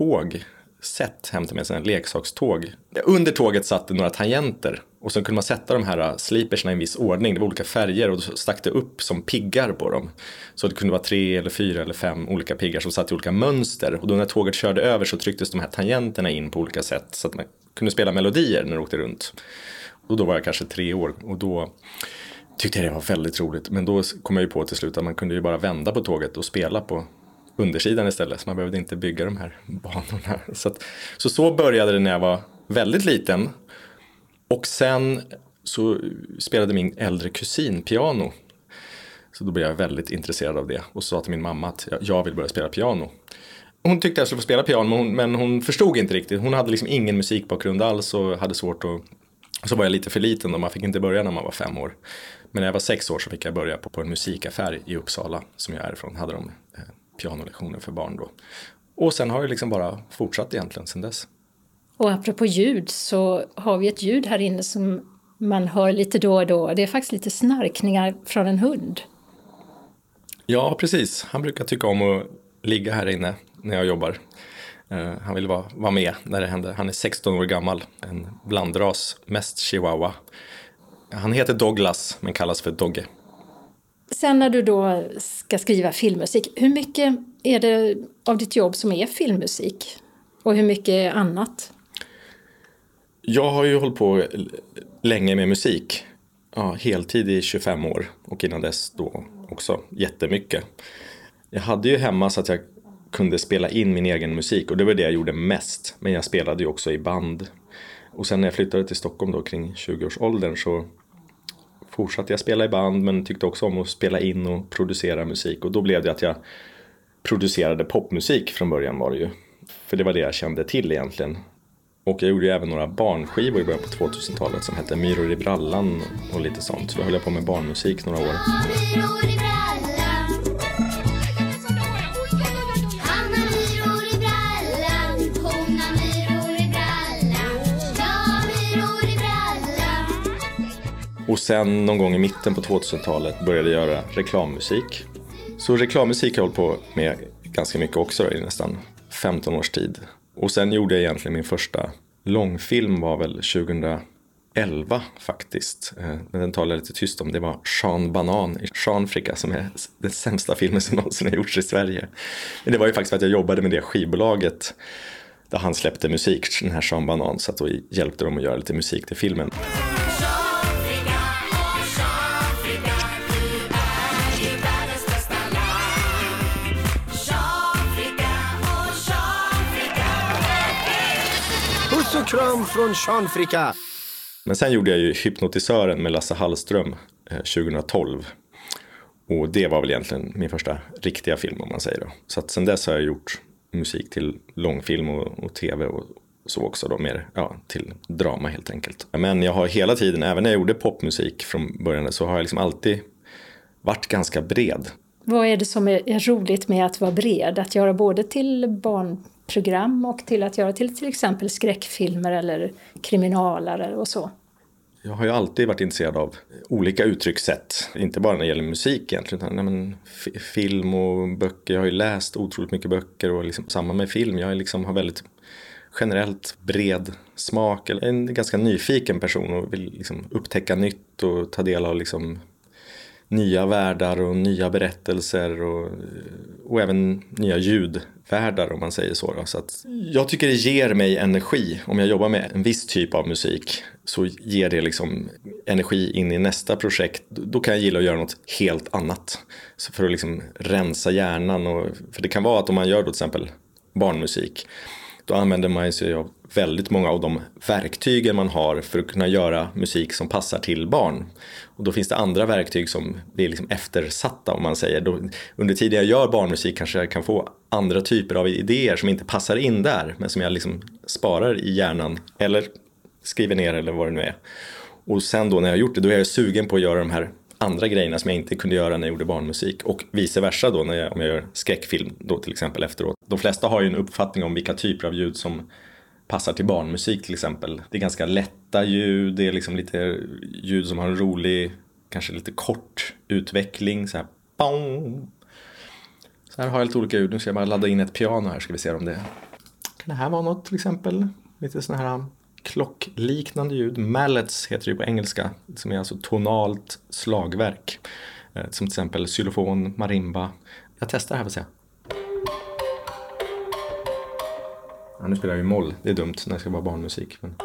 tågsätt, hämtade med sig en leksakståg. Under tåget satt det några tangenter och så kunde man sätta de här slipersna i en viss ordning. Det var olika färger och då stack det upp som piggar på dem. Så det kunde vara 3 eller 4 eller 5 olika piggar som satt i olika mönster. Och då när tåget körde över så trycktes de här tangenterna in på olika sätt så att man kunde spela melodier när det åkte runt. Och då var jag kanske 3 år och då tyckte jag det var väldigt roligt. Men då kom jag ju på till slut att man kunde ju bara vända på tåget och spela på undersidan istället. Så man behövde inte bygga de här banorna. Så började det när jag var väldigt liten. Och sen så spelade min äldre kusin piano. Så då blev jag väldigt intresserad av det. Och sa till min mamma att jag vill börja spela piano. Hon tyckte jag skulle få spela piano, men hon förstod inte riktigt. Hon hade liksom ingen musikbakgrund alls och hade svårt att... Så var jag lite för liten och man fick inte börja när man var 5 år. Men när jag var 6 år så fick jag börja på en musikaffär i Uppsala som jag är ifrån. Hade de pianolektioner för barn då. Och sen har jag liksom bara fortsatt egentligen sedan dess. Och apropå ljud så har vi ett ljud här inne som man hör lite då och då. Det är faktiskt lite snarkningar från en hund. Ja, precis. Han brukar tycka om att ligga här inne när jag jobbar. Han vill vara med när det händer. Han är 16 år gammal, en blandras, mest chihuahua. Han heter Douglas men kallas för Dogge. Sen när du då ska skriva filmmusik, hur mycket är det av ditt jobb som är filmmusik? Och hur mycket är annat? Jag har ju hållit på länge med musik. Ja, heltid i 25 år och innan dess då också jättemycket. Jag hade ju hemma så att jag kunde spela in min egen musik och det var det jag gjorde mest. Men jag spelade ju också i band. Och sen när jag flyttade till Stockholm då kring 20-årsåldern så fortsatte jag spela i band men tyckte också om att spela in och producera musik. Och då blev det att jag producerade popmusik från början var det ju. För det var det jag kände till egentligen. Och jag gjorde ju även några barnskivor i början på 2000-talet som hette Myror i brallan och lite sånt. Så då höll jag på med barnmusik några år. Och sen någon gång i mitten på 2000-talet började jag göra reklammusik. Så reklammusik har jag hållit på med ganska mycket också då, i nästan 15 års tid. Och sen gjorde jag egentligen min första långfilm var väl 2011 faktiskt. Men den talar jag lite tyst om. Det var Sean Banan i Schanfrika som är den sämsta filmen som någonsin har gjorts i Sverige. Men det var ju faktiskt för att jag jobbade med det skivbolaget där han släppte musik, den här Sean Banan. Så att då hjälpte de att göra lite musik till filmen. Puss och kram från Schanfrika. Men sen gjorde jag ju Hypnotisören med Lasse Hallström 2012. Och det var väl egentligen min första riktiga film om man säger då. Så att sen dess har jag gjort musik till långfilm och tv och så också då mer till drama helt enkelt. Men jag har hela tiden, även när jag gjorde popmusik från början så har jag liksom alltid varit ganska bred. Vad är det som är roligt med att vara bred? Att göra både till barn program och till att göra till exempel skräckfilmer eller kriminalare och så? Jag har ju alltid varit intresserad av olika uttryckssätt. Inte bara när det gäller musik egentligen, utan film och böcker. Jag har ju läst otroligt mycket böcker och liksom, samma med film. Jag liksom har väldigt generellt bred smak. En ganska nyfiken person och vill liksom upptäcka nytt och ta del av liksom nya världar och nya berättelser och även nya ljudvärldar om man säger så. Så att jag tycker det ger mig energi. Om jag jobbar med en viss typ av musik så ger det liksom energi in i nästa projekt. Då kan jag gilla att göra något helt annat. Så för att liksom rensa hjärnan. För det kan vara att om man gör då till exempel barnmusik, då använder man sig av väldigt många av de verktygen man har för att kunna göra musik som passar till barn. Och då finns det andra verktyg som blir liksom eftersatta om man säger. Då, under tiden jag gör barnmusik kanske jag kan få andra typer av idéer som inte passar in där. Men som jag liksom sparar i hjärnan eller skriver ner eller vad det nu är. Och sen då när jag har gjort det, då är jag sugen på att göra de här andra grejerna som jag inte kunde göra när jag gjorde barnmusik. Och vice versa då om jag gör skräckfilm då till exempel efteråt. De flesta har ju en uppfattning om vilka typer av ljud som passar till barnmusik till exempel. Det är ganska lätta ljud, det är liksom lite ljud som har en rolig, kanske lite kort utveckling. Så här, bong. Så här har jag lite olika ljud. Nu ska jag bara ladda in ett piano här, ska vi se om det kan det här vara något till exempel. Lite sån här klockliknande ljud. Mallets heter det på engelska, som är alltså tonalt slagverk. Som till exempel xylofon, marimba. Jag testar här för att se. Ja, nu spelar jag ju moll. Det är dumt när det ska vara barnmusik. Men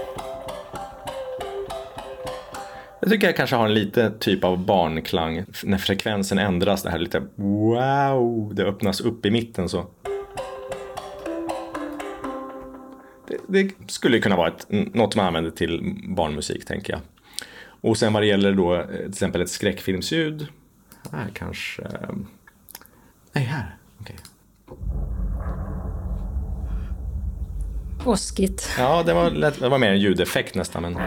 jag tycker jag kanske har en liten typ av barnklang. När frekvensen ändras, det här lite wow, det öppnas upp i mitten så. Det skulle kunna vara något man använder till barnmusik, tänker jag. Och sen vad det gäller då till exempel ett skräckfilmsljud. Här kanske. Nej, här. Okej. Åskigt. Ja, det var mer en ljudeffekt nästan. Men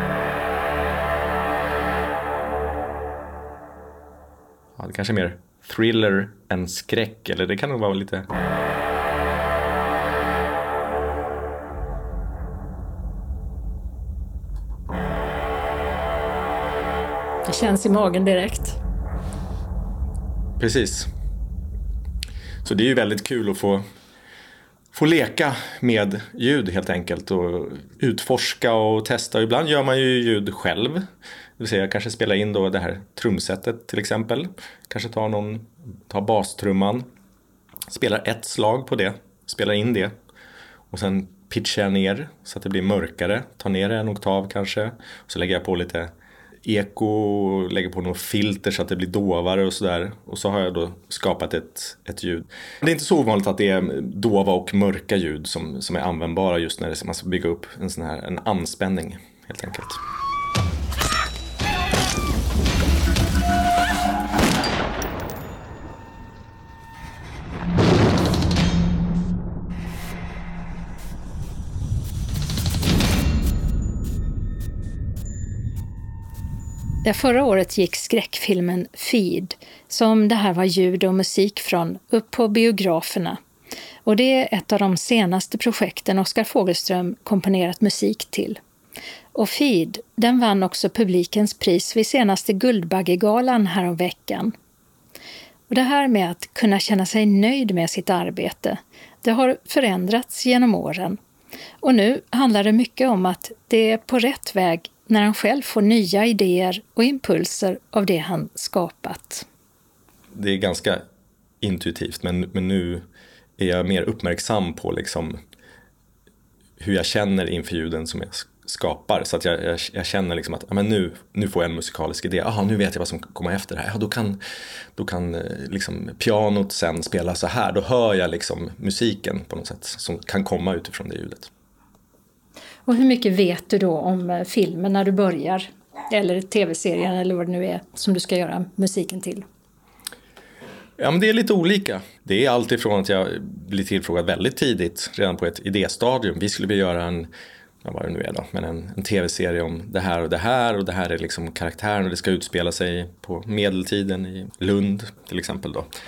ja, det kanske är mer thriller än skräck. Eller det kan nog vara lite. Det känns i magen direkt. Precis. Så det är ju väldigt kul att få leka med ljud helt enkelt och utforska och testa. Ibland gör man ju ljud själv. Det vill säga kanske spela in då det här trumsetet till exempel. Kanske ta bastrumman, spelar ett slag på det, spelar in det och sen pitchar jag ner så att det blir mörkare. Tar ner en oktav kanske och så lägger jag på lite eko, lägger på något filter så att det blir dovare och sådär. Och så har jag då skapat ett ljud. Det är inte så ovanligt att det är dova och mörka ljud som är användbara just när man ska bygga upp en anspänning helt enkelt. Ja, förra året gick skräckfilmen Feed, som det här var ljud och musik från, upp på biograferna. Och det är ett av de senaste projekten Oskar Fogelström komponerat musik till. Och Feed, den vann också publikens pris vid senaste Guldbaggegalan häromveckan. Och det här med att kunna känna sig nöjd med sitt arbete, det har förändrats genom åren. Och nu handlar det mycket om att det är på rätt väg när han själv får nya idéer och impulser av det han skapat. Det är ganska intuitivt, men nu är jag mer uppmärksam på liksom hur jag känner inför ljuden som jag skapar. Så att jag känner liksom att men nu får jag en musikalisk idé. Nu vet jag vad som kommer efter det här. Då kan liksom pianot sen spela så här. Då hör jag liksom musiken på något sätt som kan komma utifrån det ljudet. Och hur mycket vet du då om filmen när du börjar? Eller tv-serien eller vad det nu är som du ska göra musiken till? Ja, men det är lite olika. Det är allt ifrån att jag blir tillfrågad väldigt tidigt, redan på ett idéstadium. Vi skulle vilja göra vad det nu är då, men en tv-serie om det här och det här. Och det här är liksom karaktären och det ska utspela sig på medeltiden i Lund till exempel då.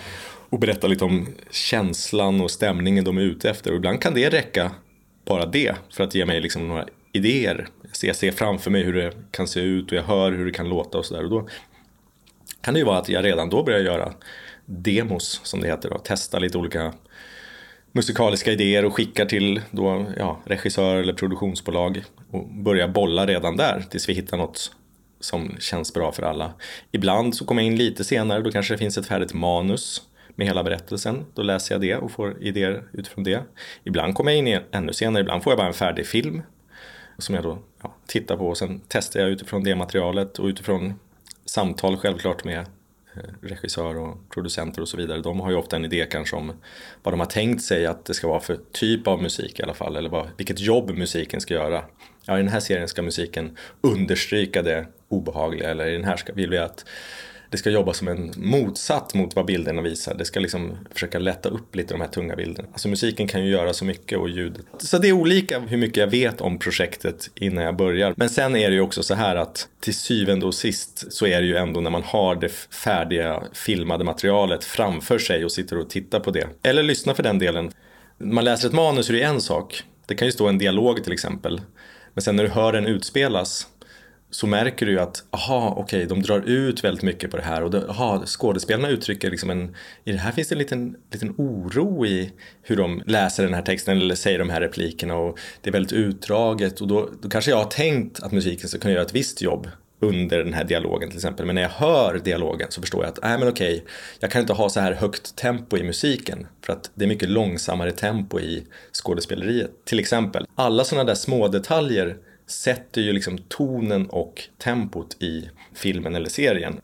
och berätta lite om känslan och stämningen de är ute efter. Och ibland kan det räcka bara det för att ge mig liksom några idéer. Jag ser framför mig hur det kan se ut och jag hör hur det kan låta och sådär. Och då kan det ju vara att jag redan då börjar göra demos, som det heter då. Testa lite olika musikaliska idéer och skickar till då, regissör eller produktionsbolag och börjar bolla redan där tills vi hittar något som känns bra för alla. Ibland så kommer jag in lite senare, då kanske det finns ett färdigt manus med hela berättelsen. Då läser jag det och får idéer utifrån det. Ibland kommer jag in ännu senare, ibland får jag bara en färdig film som jag då tittar på och sen testar jag utifrån det materialet och utifrån samtal självklart med regissör och producenter och så vidare. De har ju ofta en idé kanske om vad de har tänkt sig att det ska vara för typ av musik i alla fall, eller vilket jobb musiken ska göra. Ja, i den här serien ska musiken understryka det obehagliga, eller i den här vill vi att det ska jobba som en motsatt mot vad bilderna visar. Det ska liksom försöka lätta upp lite de här tunga bilderna. Alltså musiken kan ju göra så mycket och ljudet. Så det är olika hur mycket jag vet om projektet innan jag börjar. Men sen är det ju också så här att till syvende och sist så är det ju ändå när man har det färdiga filmade materialet framför sig och sitter och tittar på det. Eller lyssnar för den delen. Man läser ett manus så är det en sak. Det kan ju stå en dialog till exempel. Men sen när du hör den utspelas så märker du ju att de drar ut väldigt mycket på det här och skådespelarna uttrycker liksom i det här finns det en liten oro i hur de läser den här texten eller säger de här replikerna och det är väldigt utdraget och då kanske jag har tänkt att musiken ska kunna göra ett visst jobb under den här dialogen till exempel, men när jag hör dialogen så förstår jag att jag kan inte ha så här högt tempo i musiken för att det är mycket långsammare tempo i skådespeleriet till exempel. Alla sådana där små detaljer sätter ju liksom tonen och tempot i filmen eller serien.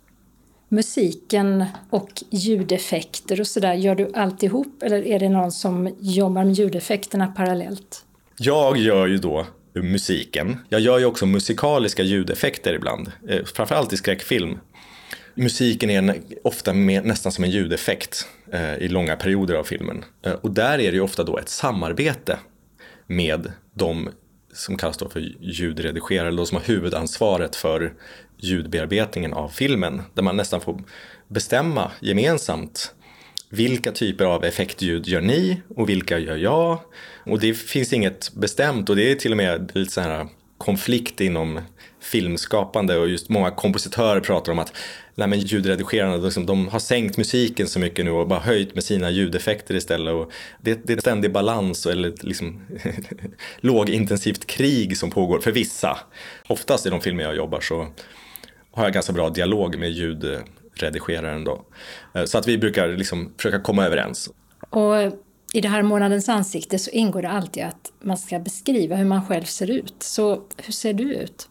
Musiken och ljudeffekter och sådär, gör du alltihop eller är det någon som jobbar med ljudeffekterna parallellt? Jag gör ju då musiken. Jag gör ju också musikaliska ljudeffekter ibland, framförallt i skräckfilm. Musiken är ofta nästan som en ljudeffekt i långa perioder av filmen. Och där är det ju ofta då ett samarbete med de som kallas då för ljudredigerare, eller de som har huvudansvaret för ljudbearbetningen av filmen, där man nästan får bestämma gemensamt vilka typer av effektljud gör ni och vilka gör jag, och det finns inget bestämt och det är till och med lite så här konflikt inom filmskapande och just många kompositörer pratar om att ljudredigerarna de har sänkt musiken så mycket nu och bara höjt med sina ljudeffekter istället och det är en ständig balans eller liksom lågintensivt krig som pågår för vissa. Oftast i de filmer jag jobbar så har jag ganska bra dialog med ljudredigeraren då. Så att vi brukar liksom försöka komma överens. Och i det här månadens ansikte så ingår det alltid att man ska beskriva hur man själv ser ut. Så hur ser du ut?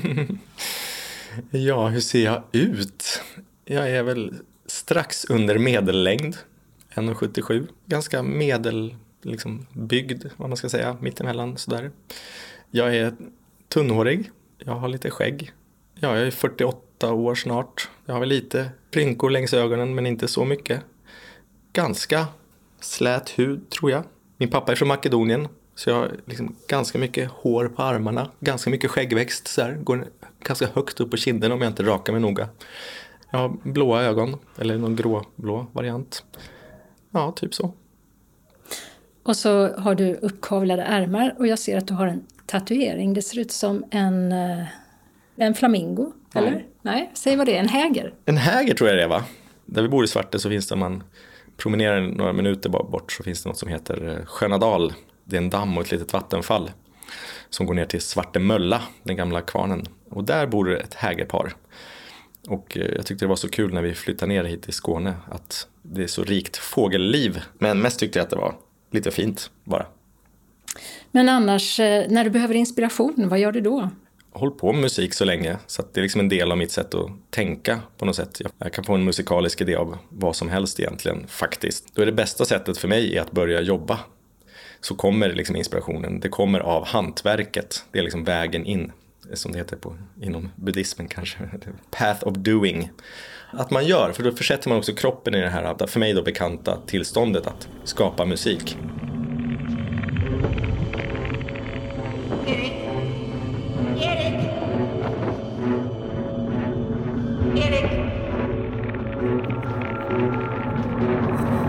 Ja, hur ser jag ut? Jag är väl strax under medellängd, 1,77. Ganska byggd, vad man ska säga, mittemellan sådär. Jag är tunnhårig, jag har lite skägg. Ja, jag är 48 år snart. Jag har väl lite rynkor längs ögonen men inte så mycket. Ganska slät hud tror jag. Min pappa är från Makedonien. Så jag har liksom ganska mycket hår på armarna. Ganska mycket skäggväxt. Så här. Går ganska högt upp på kinden om jag inte rakar mig noga. Jag har blåa ögon. Eller någon gråblå variant. Ja, typ så. Och så har du uppkavlade ärmar. Och jag ser att du har en tatuering. Det ser ut som en flamingo. Eller? Nej, säg vad det är. En häger. En häger tror jag det är, va? Där vi bor i Svarte så finns det, om man promenerar några minuter bort så finns det något som heter Skönadal. Det är en damm och ett litet vattenfall som går ner till Svartemölla, den gamla kvarnen. Och där bor det ett hägerpar. Och jag tyckte det var så kul när vi flyttade ner hit till Skåne att det är så rikt fågelliv. Men mest tyckte jag att det var lite fint bara. Men annars, när du behöver inspiration, vad gör du då? Håll på med musik så länge, så att det är liksom en del av mitt sätt att tänka på något sätt. Jag kan få en musikalisk idé av vad som helst egentligen, faktiskt. Då är det bästa sättet för mig att börja jobba. Så kommer liksom inspirationen, det kommer av hantverket. Det är liksom vägen in, som det heter inom buddhismen kanske. Path of doing. Att man gör, för då försätter man också kroppen i det här, för mig då bekanta tillståndet att skapa musik. Erik.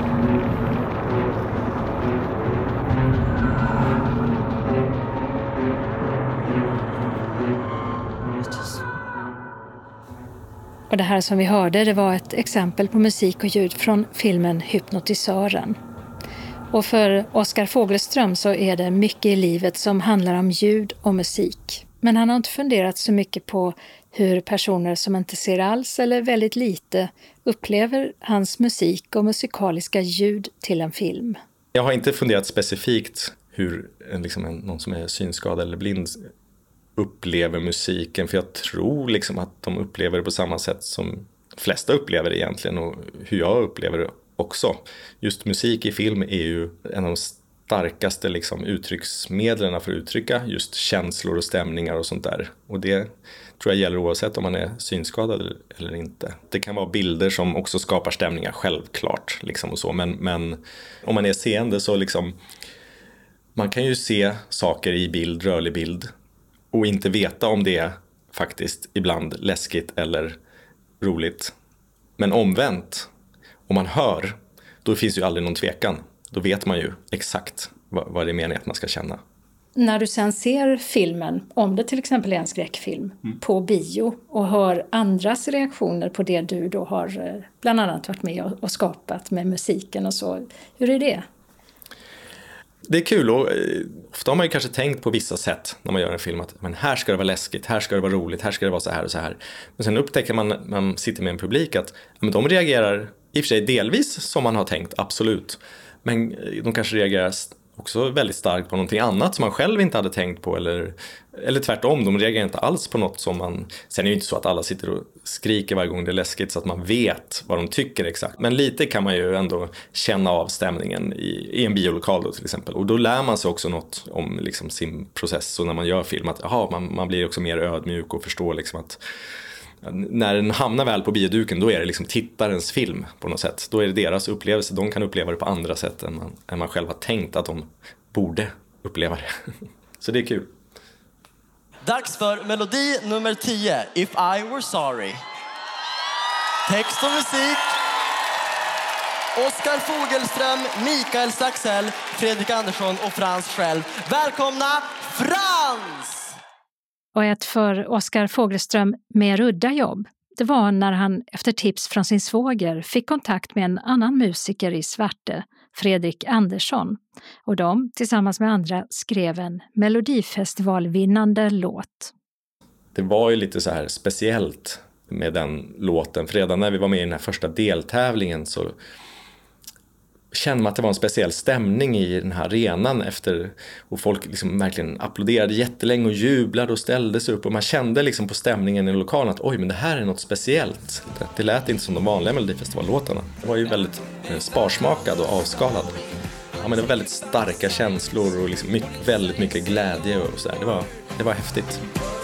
det här som vi hörde, det var ett exempel på musik och ljud från filmen Hypnotisören. Och för Oskar Fogelström så är det mycket i livet som handlar om ljud och musik. Men han har inte funderat så mycket på hur personer som inte ser alls eller väldigt lite upplever hans musik och musikaliska ljud till en film. Jag har inte funderat specifikt hur någon som är synskadad eller blind upplever musiken. För jag tror att de upplever det på samma sätt som de flesta upplever det egentligen. Och hur jag upplever det också. Just musik i film är ju en av de starkaste uttrycksmedlen för att uttrycka just känslor och stämningar och sånt där. Och det tror jag gäller oavsett om man är synskadad eller inte. Det kan vara bilder som också skapar stämningar, självklart. Och så. Men om man är seende så man kan ju se saker i bild, rörlig bild. Och inte veta om det är faktiskt ibland läskigt eller roligt. Men omvänt, om man hör, då finns ju aldrig någon tvekan. Då vet man ju exakt vad det menar att man ska känna. När du sen ser filmen, om det till exempel är en skräckfilm, på bio och hör andras reaktioner på det du då har bland annat varit med och skapat med musiken och så. Hur är det? Det är kul och ofta har man ju kanske tänkt på vissa sätt när man gör en film att men här ska det vara läskigt, här ska det vara roligt, här ska det vara så här och så här. Men sen upptäcker man sitter med en publik att men de reagerar i och för sig delvis som man har tänkt, absolut. Men de kanske reagerar också väldigt starkt på någonting annat som man själv inte hade tänkt på eller tvärtom, de reagerar inte alls på något som man... Sen är det ju inte så att alla sitter och skriker varje gång det är läskigt så att man vet vad de tycker exakt. Men lite kan man ju ändå känna av stämningen i en biolokal då till exempel. Och då lär man sig också något om sin process och när man gör film att man blir också mer ödmjuk och förstår att när den hamnar väl på bioduken då är det tittarens film på något sätt. Då är det deras upplevelse. De kan uppleva det på andra sätt än man själv har tänkt att de borde uppleva det. Så det är kul. Dags för melodi nummer 10, If I Were Sorry. Text och musik Oskar Fogelström, Mikael Saxell, Fredrik Andersson och Frans själv. Välkomna Frans! Och ett för Oskar Fogelström mer udda jobb, det var när han efter tips från sin svåger fick kontakt med en annan musiker i Svarte, Fredrik Andersson. Och de, tillsammans med andra, skrev en melodifestivalvinnande låt. Det var ju lite så här speciellt med den låten. För redan när vi var med i den här första deltävlingen så kände man att det var en speciell stämning i den här arenan efter, och folk verkligen applåderade jättelänge och jublade och ställde sig upp och man kände på stämningen i lokalen att oj, men det här är något speciellt. Det lät inte som de vanliga melodifestivallåtarna. Det var ju väldigt sparsmakad och avskalad. Ja, men det var väldigt starka känslor och väldigt mycket glädje och så där. Det var häftigt.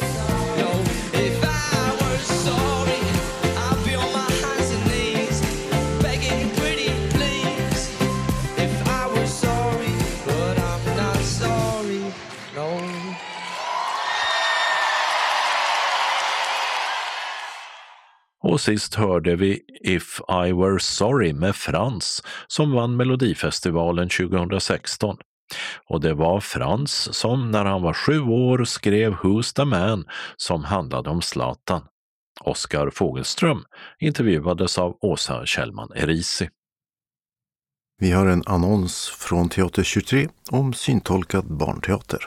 Och sist hörde vi If I Were Sorry med Frans som vann Melodifestivalen 2016. Och det var Frans som när han var 7 år skrev Who's the Man som handlade om Zlatan. Oskar Fogelström intervjuades av Åsa Kjellman Erisi. Vi har en annons från Teater 23 om syntolkad barnteater.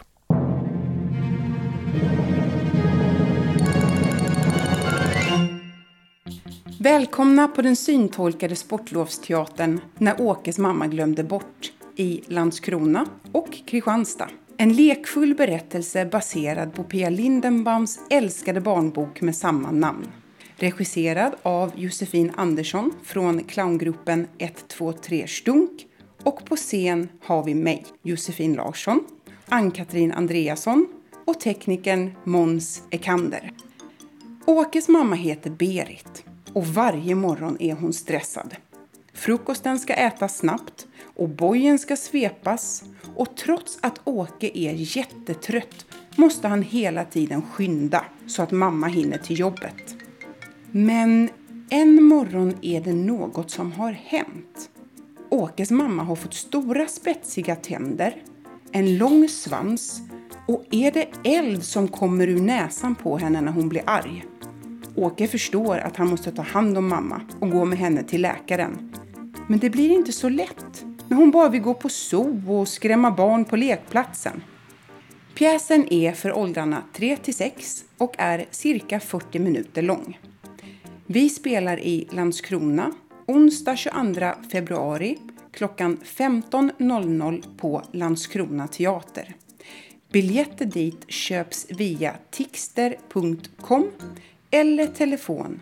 Välkomna på den syntolkade sportlovsteatern När Åkes mamma glömde bort i Landskrona och Kristianstad. En lekfull berättelse baserad på Pia Lindenbaums älskade barnbok med samma namn. Regisserad av Josefin Andersson från clowngruppen 123 Stunk. Och på scen har vi mig, Josefin Larsson, Ann-Katrin Andreasson och teknikern Måns Ekander. Åkes mamma heter Berit. Och varje morgon är hon stressad. Frukosten ska ätas snabbt och bojen ska svepas. Och trots att Åke är jättetrött måste han hela tiden skynda så att mamma hinner till jobbet. Men en morgon är det något som har hänt. Åkes mamma har fått stora spetsiga tänder, en lång svans och är det eld som kommer ur näsan på henne när hon blir arg. Åke förstår att han måste ta hand om mamma och gå med henne till läkaren. Men det blir inte så lätt när hon bara vill gå på zoo och skrämma barn på lekplatsen. Pjäsen är för åldrarna 3-6 och är cirka 40 minuter lång. Vi spelar i Landskrona onsdag 22 februari klockan 15.00 på Landskrona teater. Biljetter dit köps via tixter.com eller telefon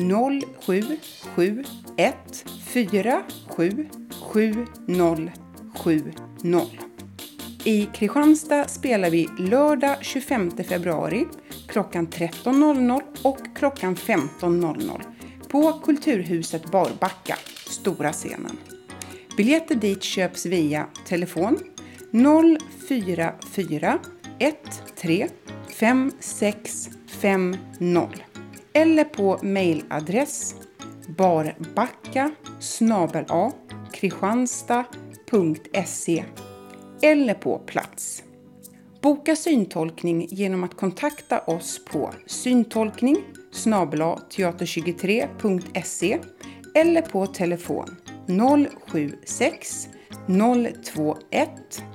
0771 47 7070. I Kristianstad spelar vi lördag 25 februari klockan 13.00 och klockan 15.00 på Kulturhuset Barbacka, stora scenen. Biljetter dit köps via telefon 044 13 5650 eller på mailadress barbacka@kristianstad.se eller på plats. Boka syntolkning genom att kontakta oss på syntolkning@teater23.se eller på telefon 076 021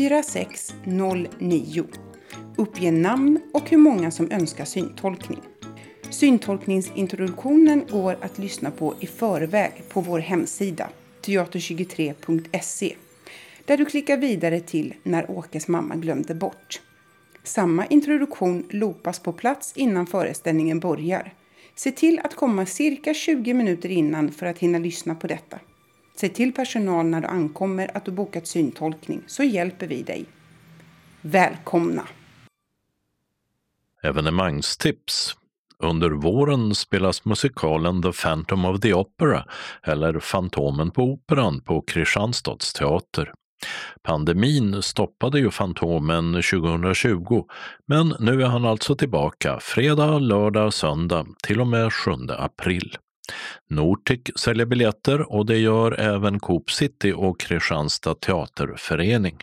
4609. Uppge namn och hur många som önskar syntolkning. Syntolkningsintroduktionen går att lyssna på i förväg på vår hemsida teater23.se där du klickar vidare till När Åkes mamma glömde bort. Samma introduktion loopas på plats innan föreställningen börjar. Se till att komma cirka 20 minuter innan för att hinna lyssna på detta. Se till personal när du ankommer att du bokat syntolkning så hjälper vi dig. Välkomna! Evenemangstips. Under våren spelas musikalen The Phantom of the Opera eller Fantomen på Operan på Kristianstads teater. Pandemin stoppade ju Fantomen 2020, men nu är han alltså tillbaka fredag, lördag, söndag till och med 7 april. Nortic säljer biljetter och det gör även Coop City och Kristianstad teaterförening.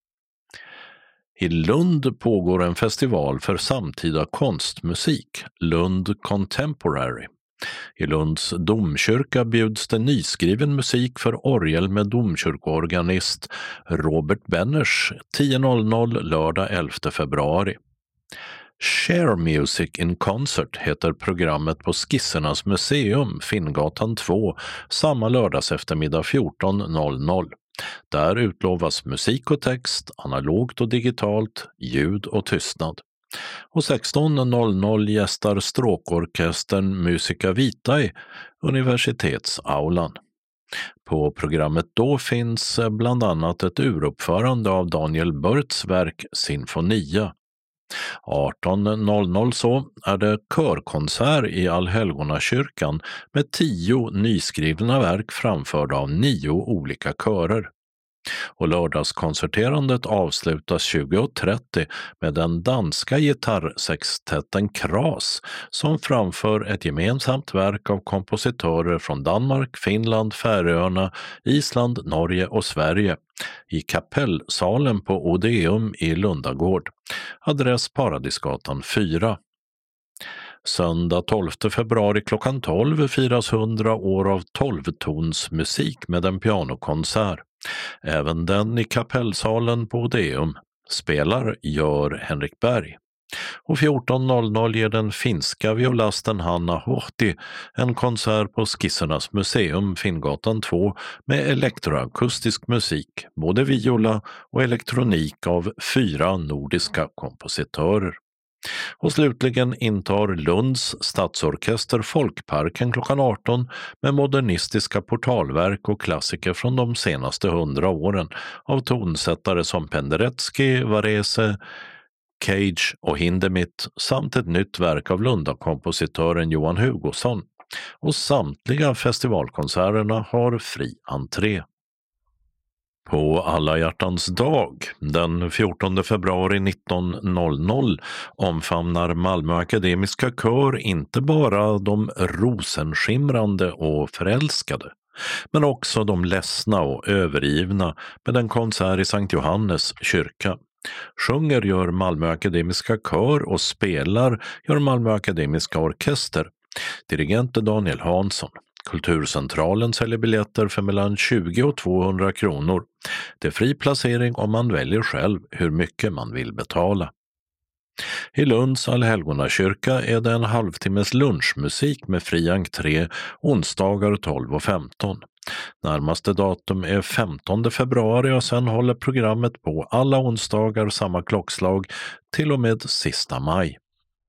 I Lund pågår en festival för samtida konstmusik, Lund Contemporary. I Lunds domkyrka bjuds det nyskriven musik för orgel med domkyrkoorganist Robert Benners 10.00 lördag 11 februari. Share Music in Concert heter programmet på Skissernas museum, Finngatan 2, samma lördags eftermiddag 14.00. Där utlovas musik och text, analogt och digitalt, ljud och tystnad. Och 16.00 gästar stråkorkestern Musica Vitae, universitetsaulan. På programmet då finns bland annat ett uruppförande av Daniel Börts verk Sinfonia. 18.00 så är det körkonsert i Allhelgonakyrkan med 10 nyskrivna verk framförda av 9 olika körer. Och lördagskonserterandet avslutas 20.30 med den danska gitarrsextetten Kras som framför ett gemensamt verk av kompositörer från Danmark, Finland, Färöarna, Island, Norge och Sverige i kapellsalen på Odeum i Lundagård. Adress Paradisgatan 4. Söndag 12 februari klockan 12 firas 100 år av 12-tonsmusik med en pianokonsert. Även den i kapellsalen på Odeum. Spelar gör Henrik Berg. Och 14.00 ger den finska violasten Hanna Horti en konsert på Skissernas museum, Finngatan 2, med elektroakustisk musik, både viola och elektronik av 4 nordiska kompositörer. Och slutligen intar Lunds stadsorkester Folkparken klockan 18 med modernistiska portalverk och klassiker från de senaste 100 åren av tonsättare som Penderecki, Varese, Cage och Hindemith samt ett nytt verk av Lunda-kompositören Johan Hugosson. Och samtliga festivalkonserterna har fri entré. På Alla hjärtans dag, den 14 februari 19.00, omfamnar Malmö Akademiska Kör inte bara de rosenskimrande och förälskade, men också de ledsna och övergivna med en konsert i Sankt Johannes kyrka. Sjunger gör Malmö Akademiska Kör och spelar gör Malmö Akademiska Orkester. Dirigent är Daniel Hansson. Kulturcentralen säljer biljetter för mellan 20 och 200 kronor. Det är fri placering om man väljer själv hur mycket man vill betala. I Lunds Allhelgonakyrka är det en halvtimmes lunchmusik med fri entré onsdagar 12:15. Närmaste datum är 15 februari och sen håller programmet på alla onsdagar samma klockslag till och med sista maj.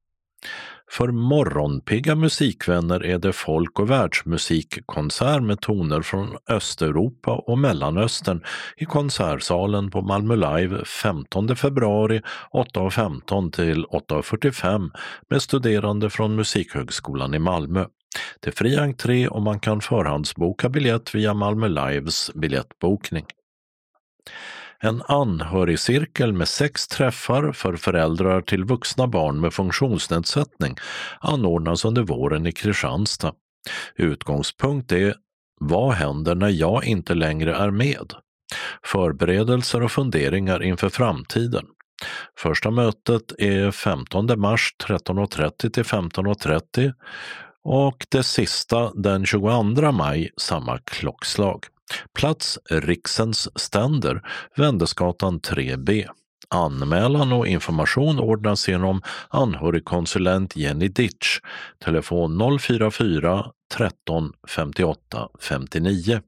För morgonpigga musikvänner är det folk- och världsmusikkonsert med toner från Östeuropa och Mellanöstern i konsertsalen på Malmö Live 15 februari 8:15 till 8:45 med studerande från Musikhögskolan i Malmö. Det är fri entré och man kan förhandsboka biljett via Malmö Lives biljettbokning. En anhörigcirkel med 6 träffar för föräldrar till vuxna barn med funktionsnedsättning anordnas under våren i Kristianstad. Utgångspunkt är: vad händer när jag inte längre är med? Förberedelser och funderingar inför framtiden. Första mötet är 15 mars 13:30 till 15:30 och det sista den 22 maj samma klockslag. Plats Riksens ständer, Vändesgatan 3B. Anmälan och information ordnas genom anhörigkonsulent Jenny Ditch, telefon 044 13 58 59.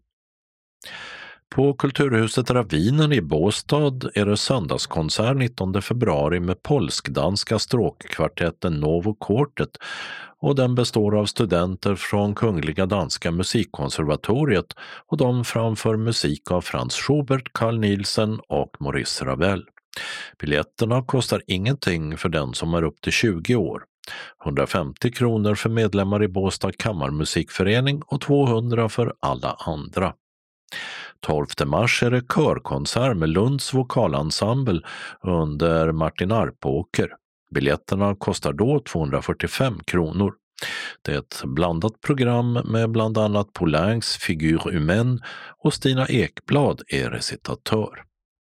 På Kulturhuset Ravinen i Båstad är det söndagskonsert 19 februari med polsk-danska stråkkvartetten Novo Quartet och den består av studenter från Kungliga Danska Musikkonservatoriet och de framför musik av Franz Schubert, Carl Nielsen och Maurice Ravel. Biljetterna kostar ingenting för den som är upp till 20 år. 150 kronor för medlemmar i Båstad kammarmusikförening och 200 för alla andra. 12 mars är det körkonsert med Lunds vokalensemble under Martin Arpåker. Biljetterna kostar då 245 kronor. Det är ett blandat program med bland annat Poulains Figure humaine och Stina Ekblad är recitatör.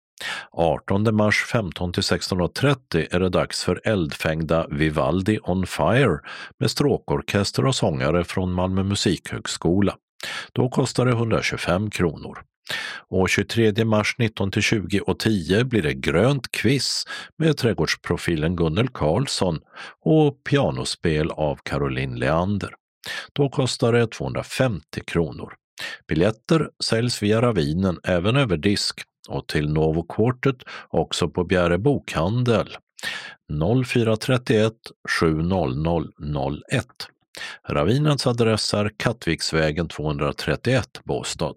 18 mars 15-16:30 är det dags för eldfängda Vivaldi on Fire med stråkorkester och sångare från Malmö Musikhögskola. Då kostar det 125 kronor. Och 23 mars 19-20 och 10 blir det grönt quiz med trädgårdsprofilen Gunnel Karlsson och pianospel av Caroline Leander. Då kostar det 250 kronor. Biljetter säljs via Ravinen även över disk och till Novo Quartet också på Bjäre bokhandel 0431 700 01. Ravinens adress är Kattviksvägen 231 Båstad.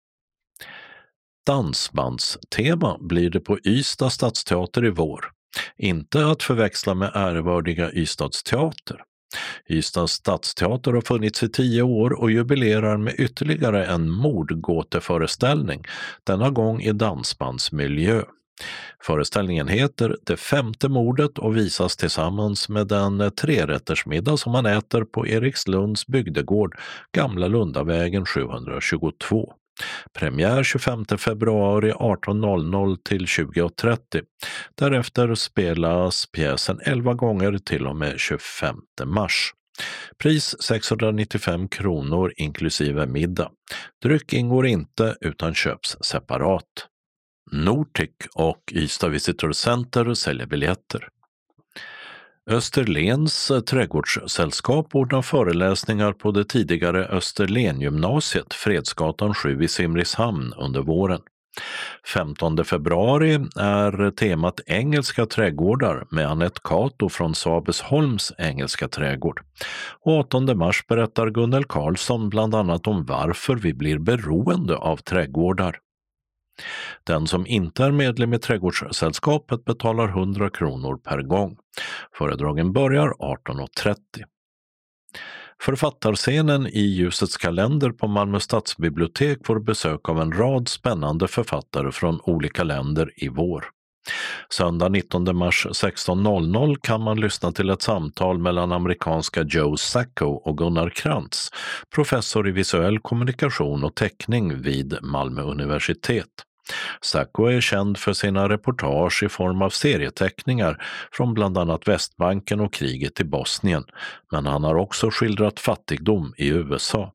Dansbandstema blir det på Ystad stadsteater i vår. Inte att förväxla med ärevördiga Ystadsteater. Ystads stadsteater har funnits i 10 år och jubilerar med ytterligare en mordgåteföreställning, denna gång i dansbandsmiljö. Föreställningen heter Det 5:e mordet och visas tillsammans med den 3-rättersmiddag som man äter på Erikslunds bygdegård, Gamla Lundavägen 722. Premiär 25 februari 18:00 till 20:30. Därefter spelas pjäsen 11 gånger till och med 25 mars. Pris 695 kronor inklusive middag. Dryck ingår inte utan köps separat. Nortic och Ystad Visitor Center säljer biljetter. Österlens trädgårdssällskap ordnar föreläsningar på det tidigare Österlengymnasiet, Fredsgatan 7 i Simrishamn under våren. 15 februari är temat Engelska trädgårdar med Annette Kato från Sabesholms engelska trädgård. Och 8 mars berättar Gunnel Karlsson bland annat om varför vi blir beroende av trädgårdar. Den som inte är medlem i Trädgårdssällskapet betalar 100 kronor per gång. Föredragen börjar 18:30. Författarscenen i Ljusets kalender på Malmö stadsbibliotek får besök av en rad spännande författare från olika länder i vår. Söndag 19 mars 16:00 kan man lyssna till ett samtal mellan amerikanska Joe Sacco och Gunnar Krantz, professor i visuell kommunikation och teckning vid Malmö universitet. Sacco är känd för sina reportage i form av serieteckningar från bland annat Västbanken och kriget i Bosnien, men han har också skildrat fattigdom i USA.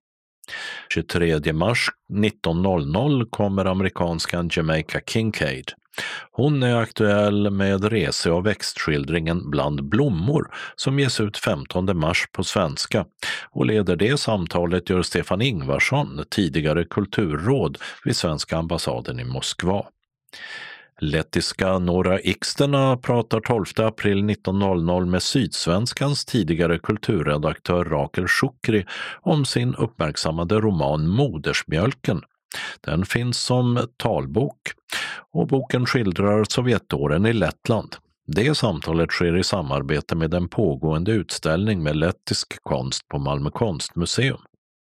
23 mars 1900 kommer amerikanskan Jamaica Kincaid. Hon är aktuell med rese- och växtskildringen Bland blommor som ges ut 15 mars på svenska, och leder det samtalet gör Stefan Ingvarsson, tidigare kulturråd vid svenska ambassaden i Moskva. Lettiska Nora Ikstena pratar 12 april 1900 med Sydsvenskans tidigare kulturredaktör Rakel Shukri om sin uppmärksammade roman Modersmjölken. Den finns som talbok och boken skildrar Sovjetåren i Lettland. Det samtalet sker i samarbete med en pågående utställning med lettisk konst på Malmö konstmuseum.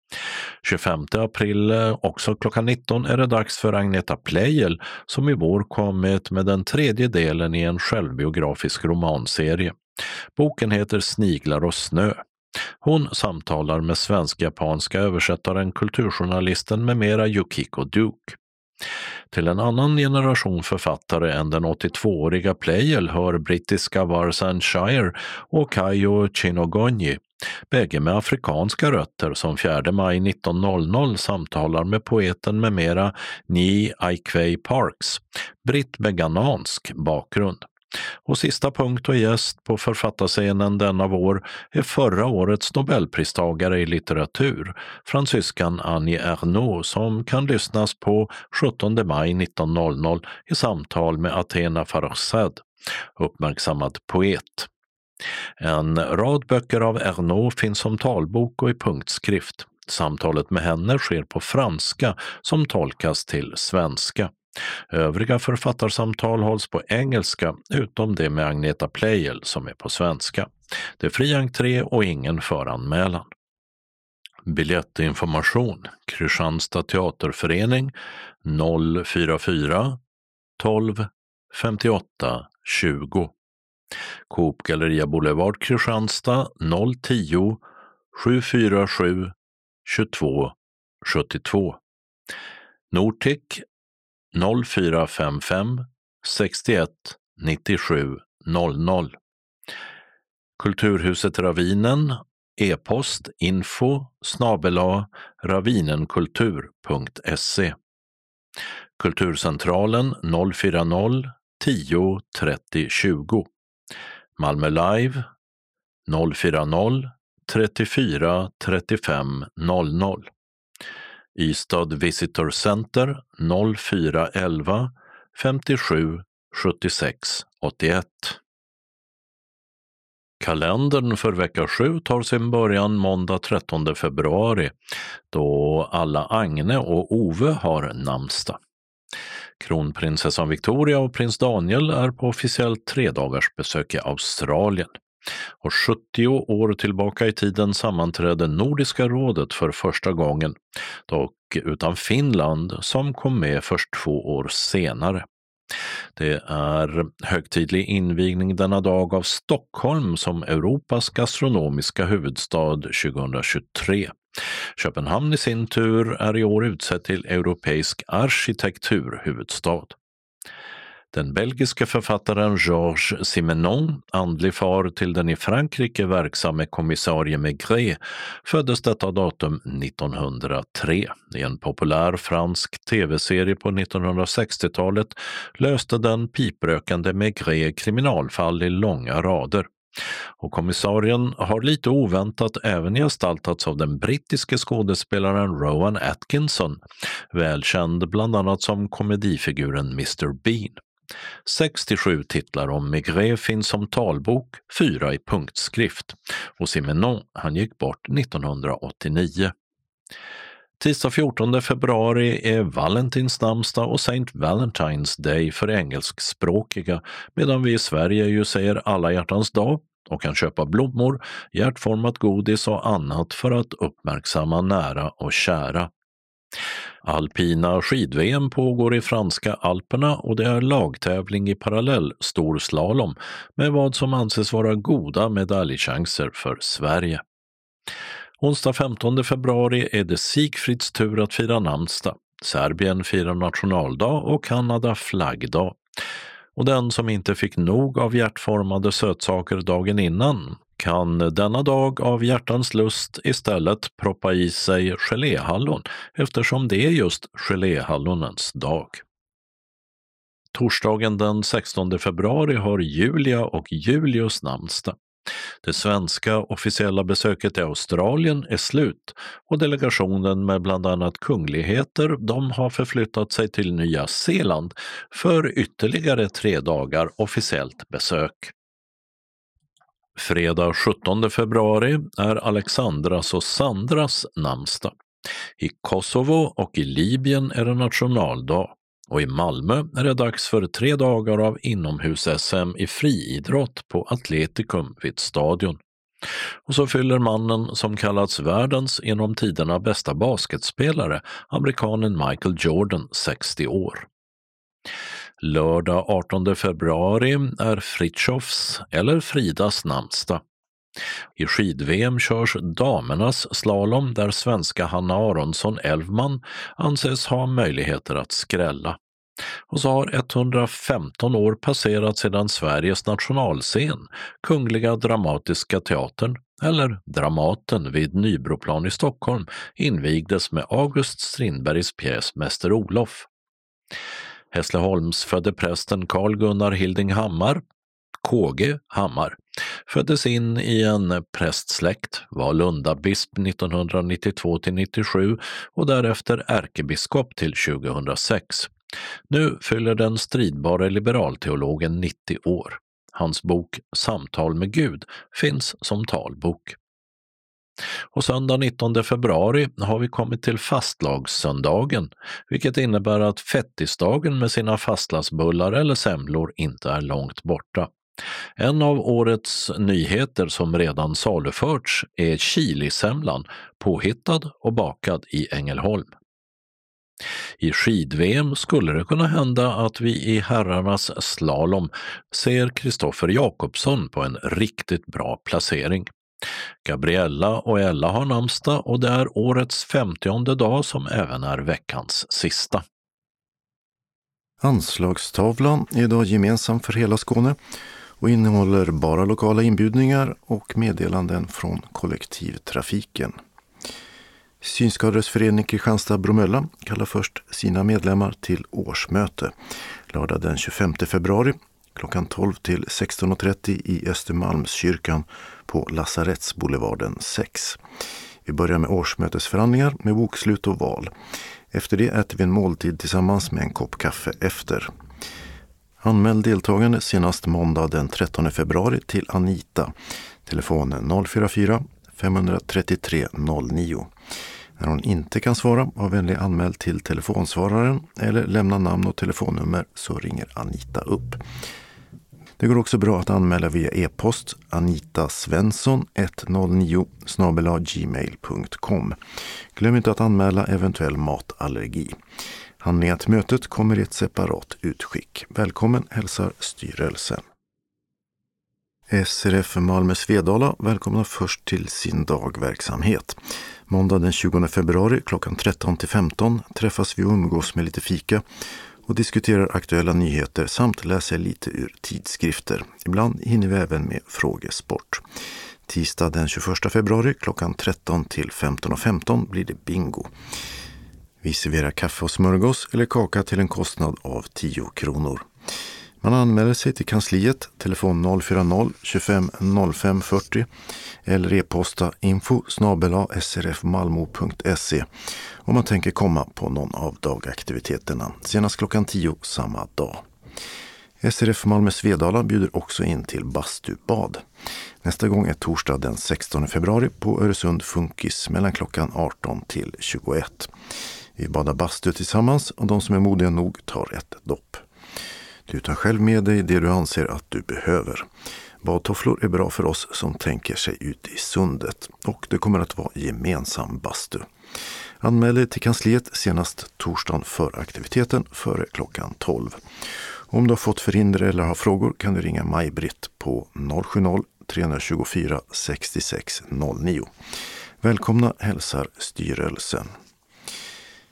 25 april, också klockan 19, är det dags för Agneta Pleijel som i vår kommit med den 3:e delen i en självbiografisk romanserie. Boken heter Sniglar och snö. Hon samtalar med svensk-japanska översättaren, kulturjournalisten med mera Yukiko Duke. Till en annan generation författare än den 82-åriga Pleijel hör brittiska Warsan Shire och Kayo Chinogonyi, bägge med afrikanska rötter, som 4 maj 1900 samtalar med poeten med mera Ni Aikwei Parks, britt med ghanansk bakgrund. Och sista punkt och gäst på författarscenen denna vår är förra årets Nobelpristagare i litteratur, fransyskan Annie Ernaux, som kan lyssnas på 17 maj 1900 i samtal med Athena Farrokhzad, uppmärksammad poet. En rad böcker av Ernaux finns som talbok och i punktskrift. Samtalet med henne sker på franska som tolkas till svenska. Övriga författarsamtal hålls på engelska, utom det med Agneta Pleijel som är på svenska. Det är fri entré och ingen föranmälan. Biljettinformation: Kristianstad teaterförening 044 12 58 20. Coop Galleria Boulevard Kristianstad 010 747 22 72. Nortic 0455 61 97 00. Kulturhuset Ravinen, e-post info@ravinenkultur.se. Kulturcentralen 040 10 30 20. Malmö Live 040 34 35 00. Ystad Visitor Center 0411 57 76 81. Kalendern för vecka 7 tar sin början måndag 13 februari då alla Agne och Ove har namnsdag. Kronprinsessan Victoria och prins Daniel är på officiellt 3-dagars besök i Australien. Och 70 år tillbaka i tiden sammanträdde Nordiska rådet för första gången, dock utan Finland som kom med först 2 år senare. Det är högtidlig invigning denna dag av Stockholm som Europas gastronomiska huvudstad 2023. Köpenhamn i sin tur är i år utsett till europeisk arkitekturhuvudstad. Den belgiske författaren Georges Simenon, andlig far till den i Frankrike verksamme kommissarie Maigret, föddes detta datum 1903. I en populär fransk tv-serie på 1960-talet löste den piprökande Maigret kriminalfall i långa rader. Och kommissarien har lite oväntat även gestaltats av den brittiske skådespelaren Rowan Atkinson, välkänd bland annat som komedifiguren Mr. Bean. 67 titlar om Maigret finns som talbok, 4 i punktskrift, och Simenon han gick bort 1989. Tisdag 14 februari är Valentins namnsdag och Saint Valentine's Day för engelskspråkiga, medan vi i Sverige ju säger alla hjärtans dag och kan köpa blommor, hjärtformat godis och annat för att uppmärksamma nära och kära. Alpina skid-VM pågår i franska Alperna och det är lagtävling i parallell storslalom med vad som anses vara goda medaljchanser för Sverige. Onsdag 15 februari är det Sigfrids tur att fira namnsdag. Serbien firar nationaldag och Kanada flaggdag. Och den som inte fick nog av hjärtformade sötsaker dagen innan kan denna dag av hjärtans lust istället proppa i sig geléhallon, eftersom det är just geléhallonens dag. Torsdagen den 16 februari har Julia och Julius namnsdag. Det svenska officiella besöket i Australien är slut och delegationen med bland annat kungligheter de har förflyttat sig till Nya Zeeland för ytterligare 3 dagar officiellt besök. Fredag 17 februari är Alexandras och Sandras namnsdag. I Kosovo och i Libyen är det nationaldag. Och i Malmö är det dags för 3 dagar av inomhus-SM i friidrott på Atletikum vid stadion. Och så fyller mannen som kallats världens genom tiderna bästa basketspelare, amerikanen Michael Jordan, 60 år. Lördag 18 februari är Fritjofs eller Fridas namnsdag. I skid-VM körs damernas slalom där svenska Hanna Aronsson Elfman anses ha möjligheter att skrälla. Och så har 115 år passerat sedan Sveriges nationalscen, Kungliga Dramatiska Teatern, eller Dramaten vid Nybroplan i Stockholm, invigdes med August Strindbergs pjäs Mäster Olof. Hässleholms födde prästen Carl Gunnar Hilding Hammar, KG Hammar, föddes in i en prästsläkt, var Lundabisp 1992-97 och därefter ärkebiskop till 2006. Nu fyller den stridbara liberalteologen 90 år. Hans bok Samtal med Gud finns som talbok. Och söndag 19 februari har vi kommit till fastlagssöndagen, vilket innebär att fettisdagen med sina fastlagsbullar eller semlor inte är långt borta. En av årets nyheter som redan saluförts är chilisemlan, påhittad och bakad i Ängelholm. I skid-VM skulle det kunna hända att vi i herrarnas slalom ser Kristoffer Jakobsson på en riktigt bra placering. Gabriella och Ella har namnsdag och det är årets 50:e dag som även är veckans sista. Anslagstavlan är idag gemensam för hela Skåne och innehåller bara lokala inbjudningar och meddelanden från kollektivtrafiken. Synskadades förening Kristianstad-Bromölla kallar först sina medlemmar till årsmöte lördag den 25 februari klockan 12 till 16.30 i Östermalmskyrkan på Lasarettsboulevarden 6. Vi börjar med årsmötesförhandlingar med bokslut och val. Efter det äter vi en måltid tillsammans med en kopp kaffe efter. Anmäl deltagande senast måndag den 13 februari till Anita. Telefonen 044 533 09. När hon inte kan svara, var vänlig anmäl till telefonsvararen eller lämna namn och telefonnummer så ringer Anita upp. Det går också bra att anmäla via e-post anitasvensson109@gmail.com. Glöm inte att anmäla eventuell matallergi. Handlingar till mötet kommer i ett separat utskick. Välkommen hälsar styrelsen. SRF Malmö Svedala välkomnar först till sin dagverksamhet. Måndag den 20 februari klockan 13 till 15 träffas vi och umgås med lite fika och diskuterar aktuella nyheter samt läser lite ur tidskrifter. Ibland hinner vi även med frågesport. Tisdag den 21 februari klockan 13 till 15.15 blir det bingo. Vi serverar kaffe och smörgås eller kaka till en kostnad av 10 kronor. Man anmäler sig till kansliet, telefon 040 25 05 40 eller e-posta info@srfmalmo.se om man tänker komma på någon av dagaktiviteterna, senast klockan 10 samma dag. SRF Malmö Svedala bjuder också in till bastubad. Nästa gång är torsdag den 16 februari på Öresund Funkis mellan klockan 18 till 21. Vi badar bastu tillsammans och de som är modiga nog tar ett dopp. Du tar själv med dig det du anser att du behöver. Badtofflor är bra för oss som tänker sig ut i sundet och det kommer att vara gemensam bastu. Anmäl dig till kansliet senast torsdagen för aktiviteten före klockan 12. Om du har fått förhinder eller har frågor kan du ringa Maj-Britt på 070 324 66 09. Välkomna hälsar styrelsen.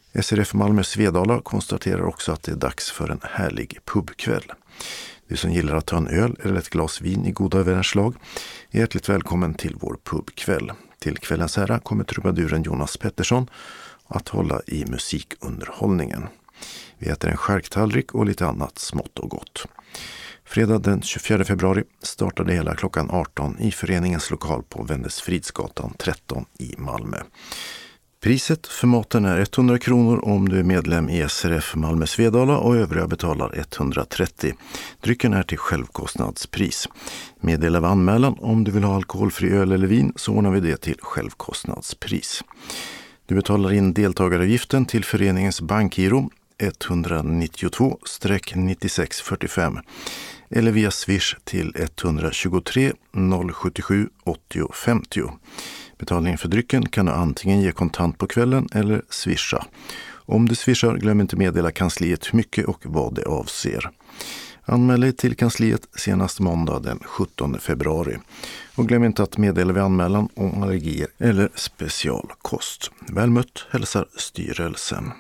SRF Malmö Svedala konstaterar också att det är dags för en härlig pubkväll. Du som gillar att ta en öl eller ett glas vin i goda vänners lag är hjärtligt välkommen till vår pubkväll. Till kvällens ära kommer trubaduren Jonas Pettersson att hålla i musikunderhållningen. Vi äter en charktallrik och lite annat smått och gott. Fredag den 24 februari startade hela klockan 18 i föreningens lokal på Vändesfridsgatan 13 i Malmö. Priset för maten är 100 kronor om du är medlem i SRF Malmö Svedala och övriga betalar 130. Drycken är till självkostnadspris. Meddela vid anmälan om du vill ha alkoholfri öl eller vin så ordnar vi det till självkostnadspris. Du betalar in deltagaravgiften till föreningens bankgiro 192-9645 eller via Swish till 123 077 80 50. Betalningen för drycken kan du antingen ge kontant på kvällen eller swisha. Om du swishar, glöm inte meddela kansliet hur mycket och vad det avser. Anmäl dig till kansliet senast måndag den 17 februari. Och glöm inte att meddela vid anmälan om allergier eller specialkost. Väl mött hälsar styrelsen.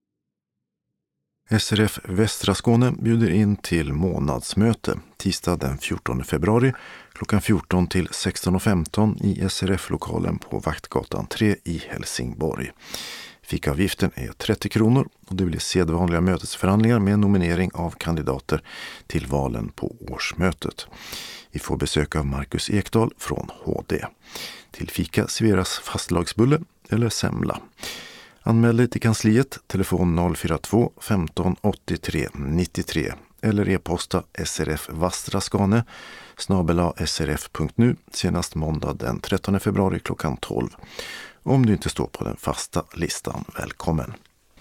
SRF Västra Skåne bjuder in till månadsmöte tisdag den 14 februari klockan 14 till 16.15 i SRF-lokalen på Vaktgatan 3 i Helsingborg. Fikavgiften är 30 kronor och det blir sedvanliga mötesförhandlingar med nominering av kandidater till valen på årsmötet. Vi får besök av Marcus Ekdahl från HD. Till fika serveras fastlagsbulle eller semla. Anmäl dig till kansliet, telefon 042 15 83 93 eller e-posta srfvastraskane @srf.nu senast måndag den 13 februari klockan 12. Om du inte står på den fasta listan, välkommen.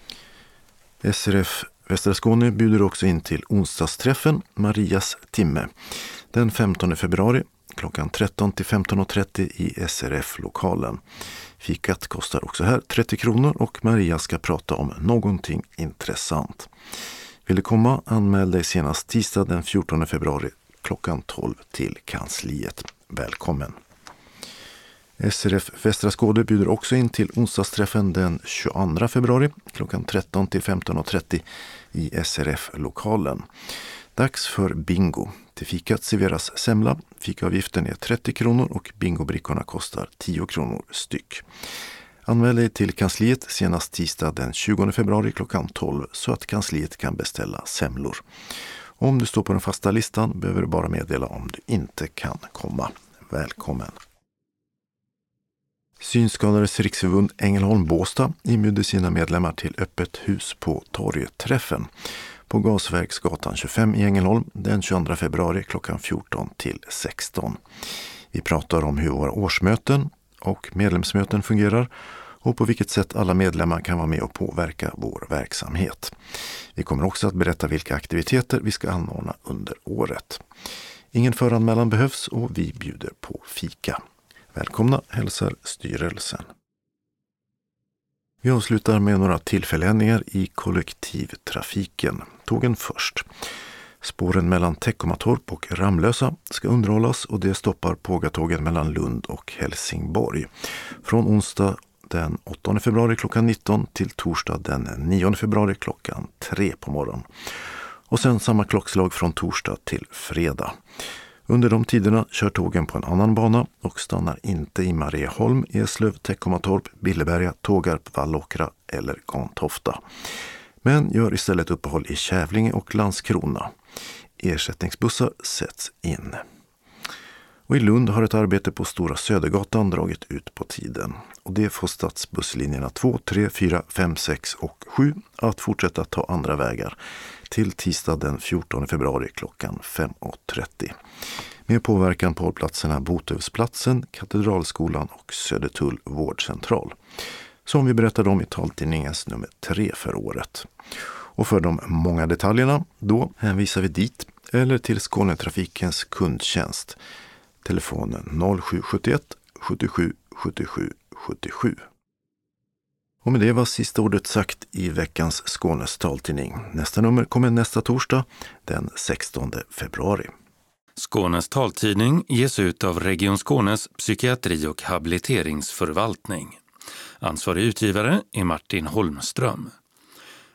SRF Västra Skåne bjuder också in till onsdagsträffen Marias timme den 15 februari klockan 13 till 15.30 i SRF-lokalen. Fikat kostar också här 30 kronor och Maria ska prata om någonting intressant. Vill du komma, anmäl dig senast tisdag den 14 februari klockan 12 till kansliet. Välkommen! SRF Västra Skåne bjuder också in till onsdagsträffen den 22 februari klockan 13 till 15.30 i SRF-lokalen. Dags för bingo. Till fikat serveras semla. Fikaavgiften är 30 kronor och bingobrickorna kostar 10 kronor styck. Anmäl dig till kansliet senast tisdag den 20 februari klockan 12 så att kansliet kan beställa semlor. Om du står på den fasta listan behöver du bara meddela om du inte kan komma. Välkommen! Synskadades riksförbund Ängelholm-Båstad inbjuder sina medlemmar till öppet hus på Torgeträffen på Gasverksgatan 25 i Ängelholm den 22 februari klockan 14 till 16. Vi pratar om hur våra årsmöten och medlemsmöten fungerar och på vilket sätt alla medlemmar kan vara med och påverka vår verksamhet. Vi kommer också att berätta vilka aktiviteter vi ska anordna under året. Ingen föranmälan behövs och vi bjuder på fika. Välkomna hälsar styrelsen. Vi avslutar med några tillfälländringar i kollektivtrafiken. Tågen först. Spåren mellan Teckomatorp och Ramlösa ska underhållas och det stoppar pågatågen mellan Lund och Helsingborg. Från onsdag den 8 februari klockan 19 till torsdag den 9 februari klockan 3 på morgonen. Och sen samma klockslag från torsdag till fredag. Under de tiderna kör tågen på en annan bana och stannar inte i Marieholm, Eslöv, Teckomatorp, Billeberga, Tågarp, Vallåkra eller Gantofta. Men gör istället uppehåll i Kävlinge och Landskrona. Ersättningsbussar sätts in. Och i Lund har ett arbete på Stora Södergatan dragit ut på tiden. Och det får stadsbusslinjerna 2, 3, 4, 5, 6 och 7 att fortsätta ta andra vägar till tisdag den 14 februari klockan 5.30. Med påverkan på hållplatserna Botövsplatsen, Katedralskolan och Södertull vårdcentral. Som vi berättade om i taltidningens nummer 3 för året. Och för de många detaljerna, då hänvisar vi dit eller till Skånetrafikens kundtjänst. Telefonen 0771 77 77 77. Och med det var sista ordet sagt i veckans Skånes taltidning. Nästa nummer kommer nästa torsdag den 16 februari. Skånes taltidning ges ut av Region Skånes psykiatri- och habiliteringsförvaltning. Ansvarig utgivare är Martin Holmström.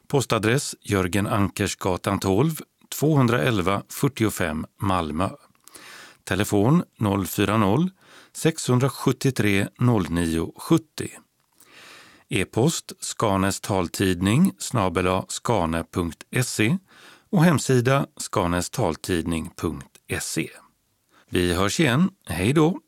Postadress Jörgen Ankersgatan 12, 211 45 Malmö. Telefon 040-673 0970. E-post Skanes taltidning @skane.se och hemsida skanestaltidning.se. Vi hörs igen. Hej då!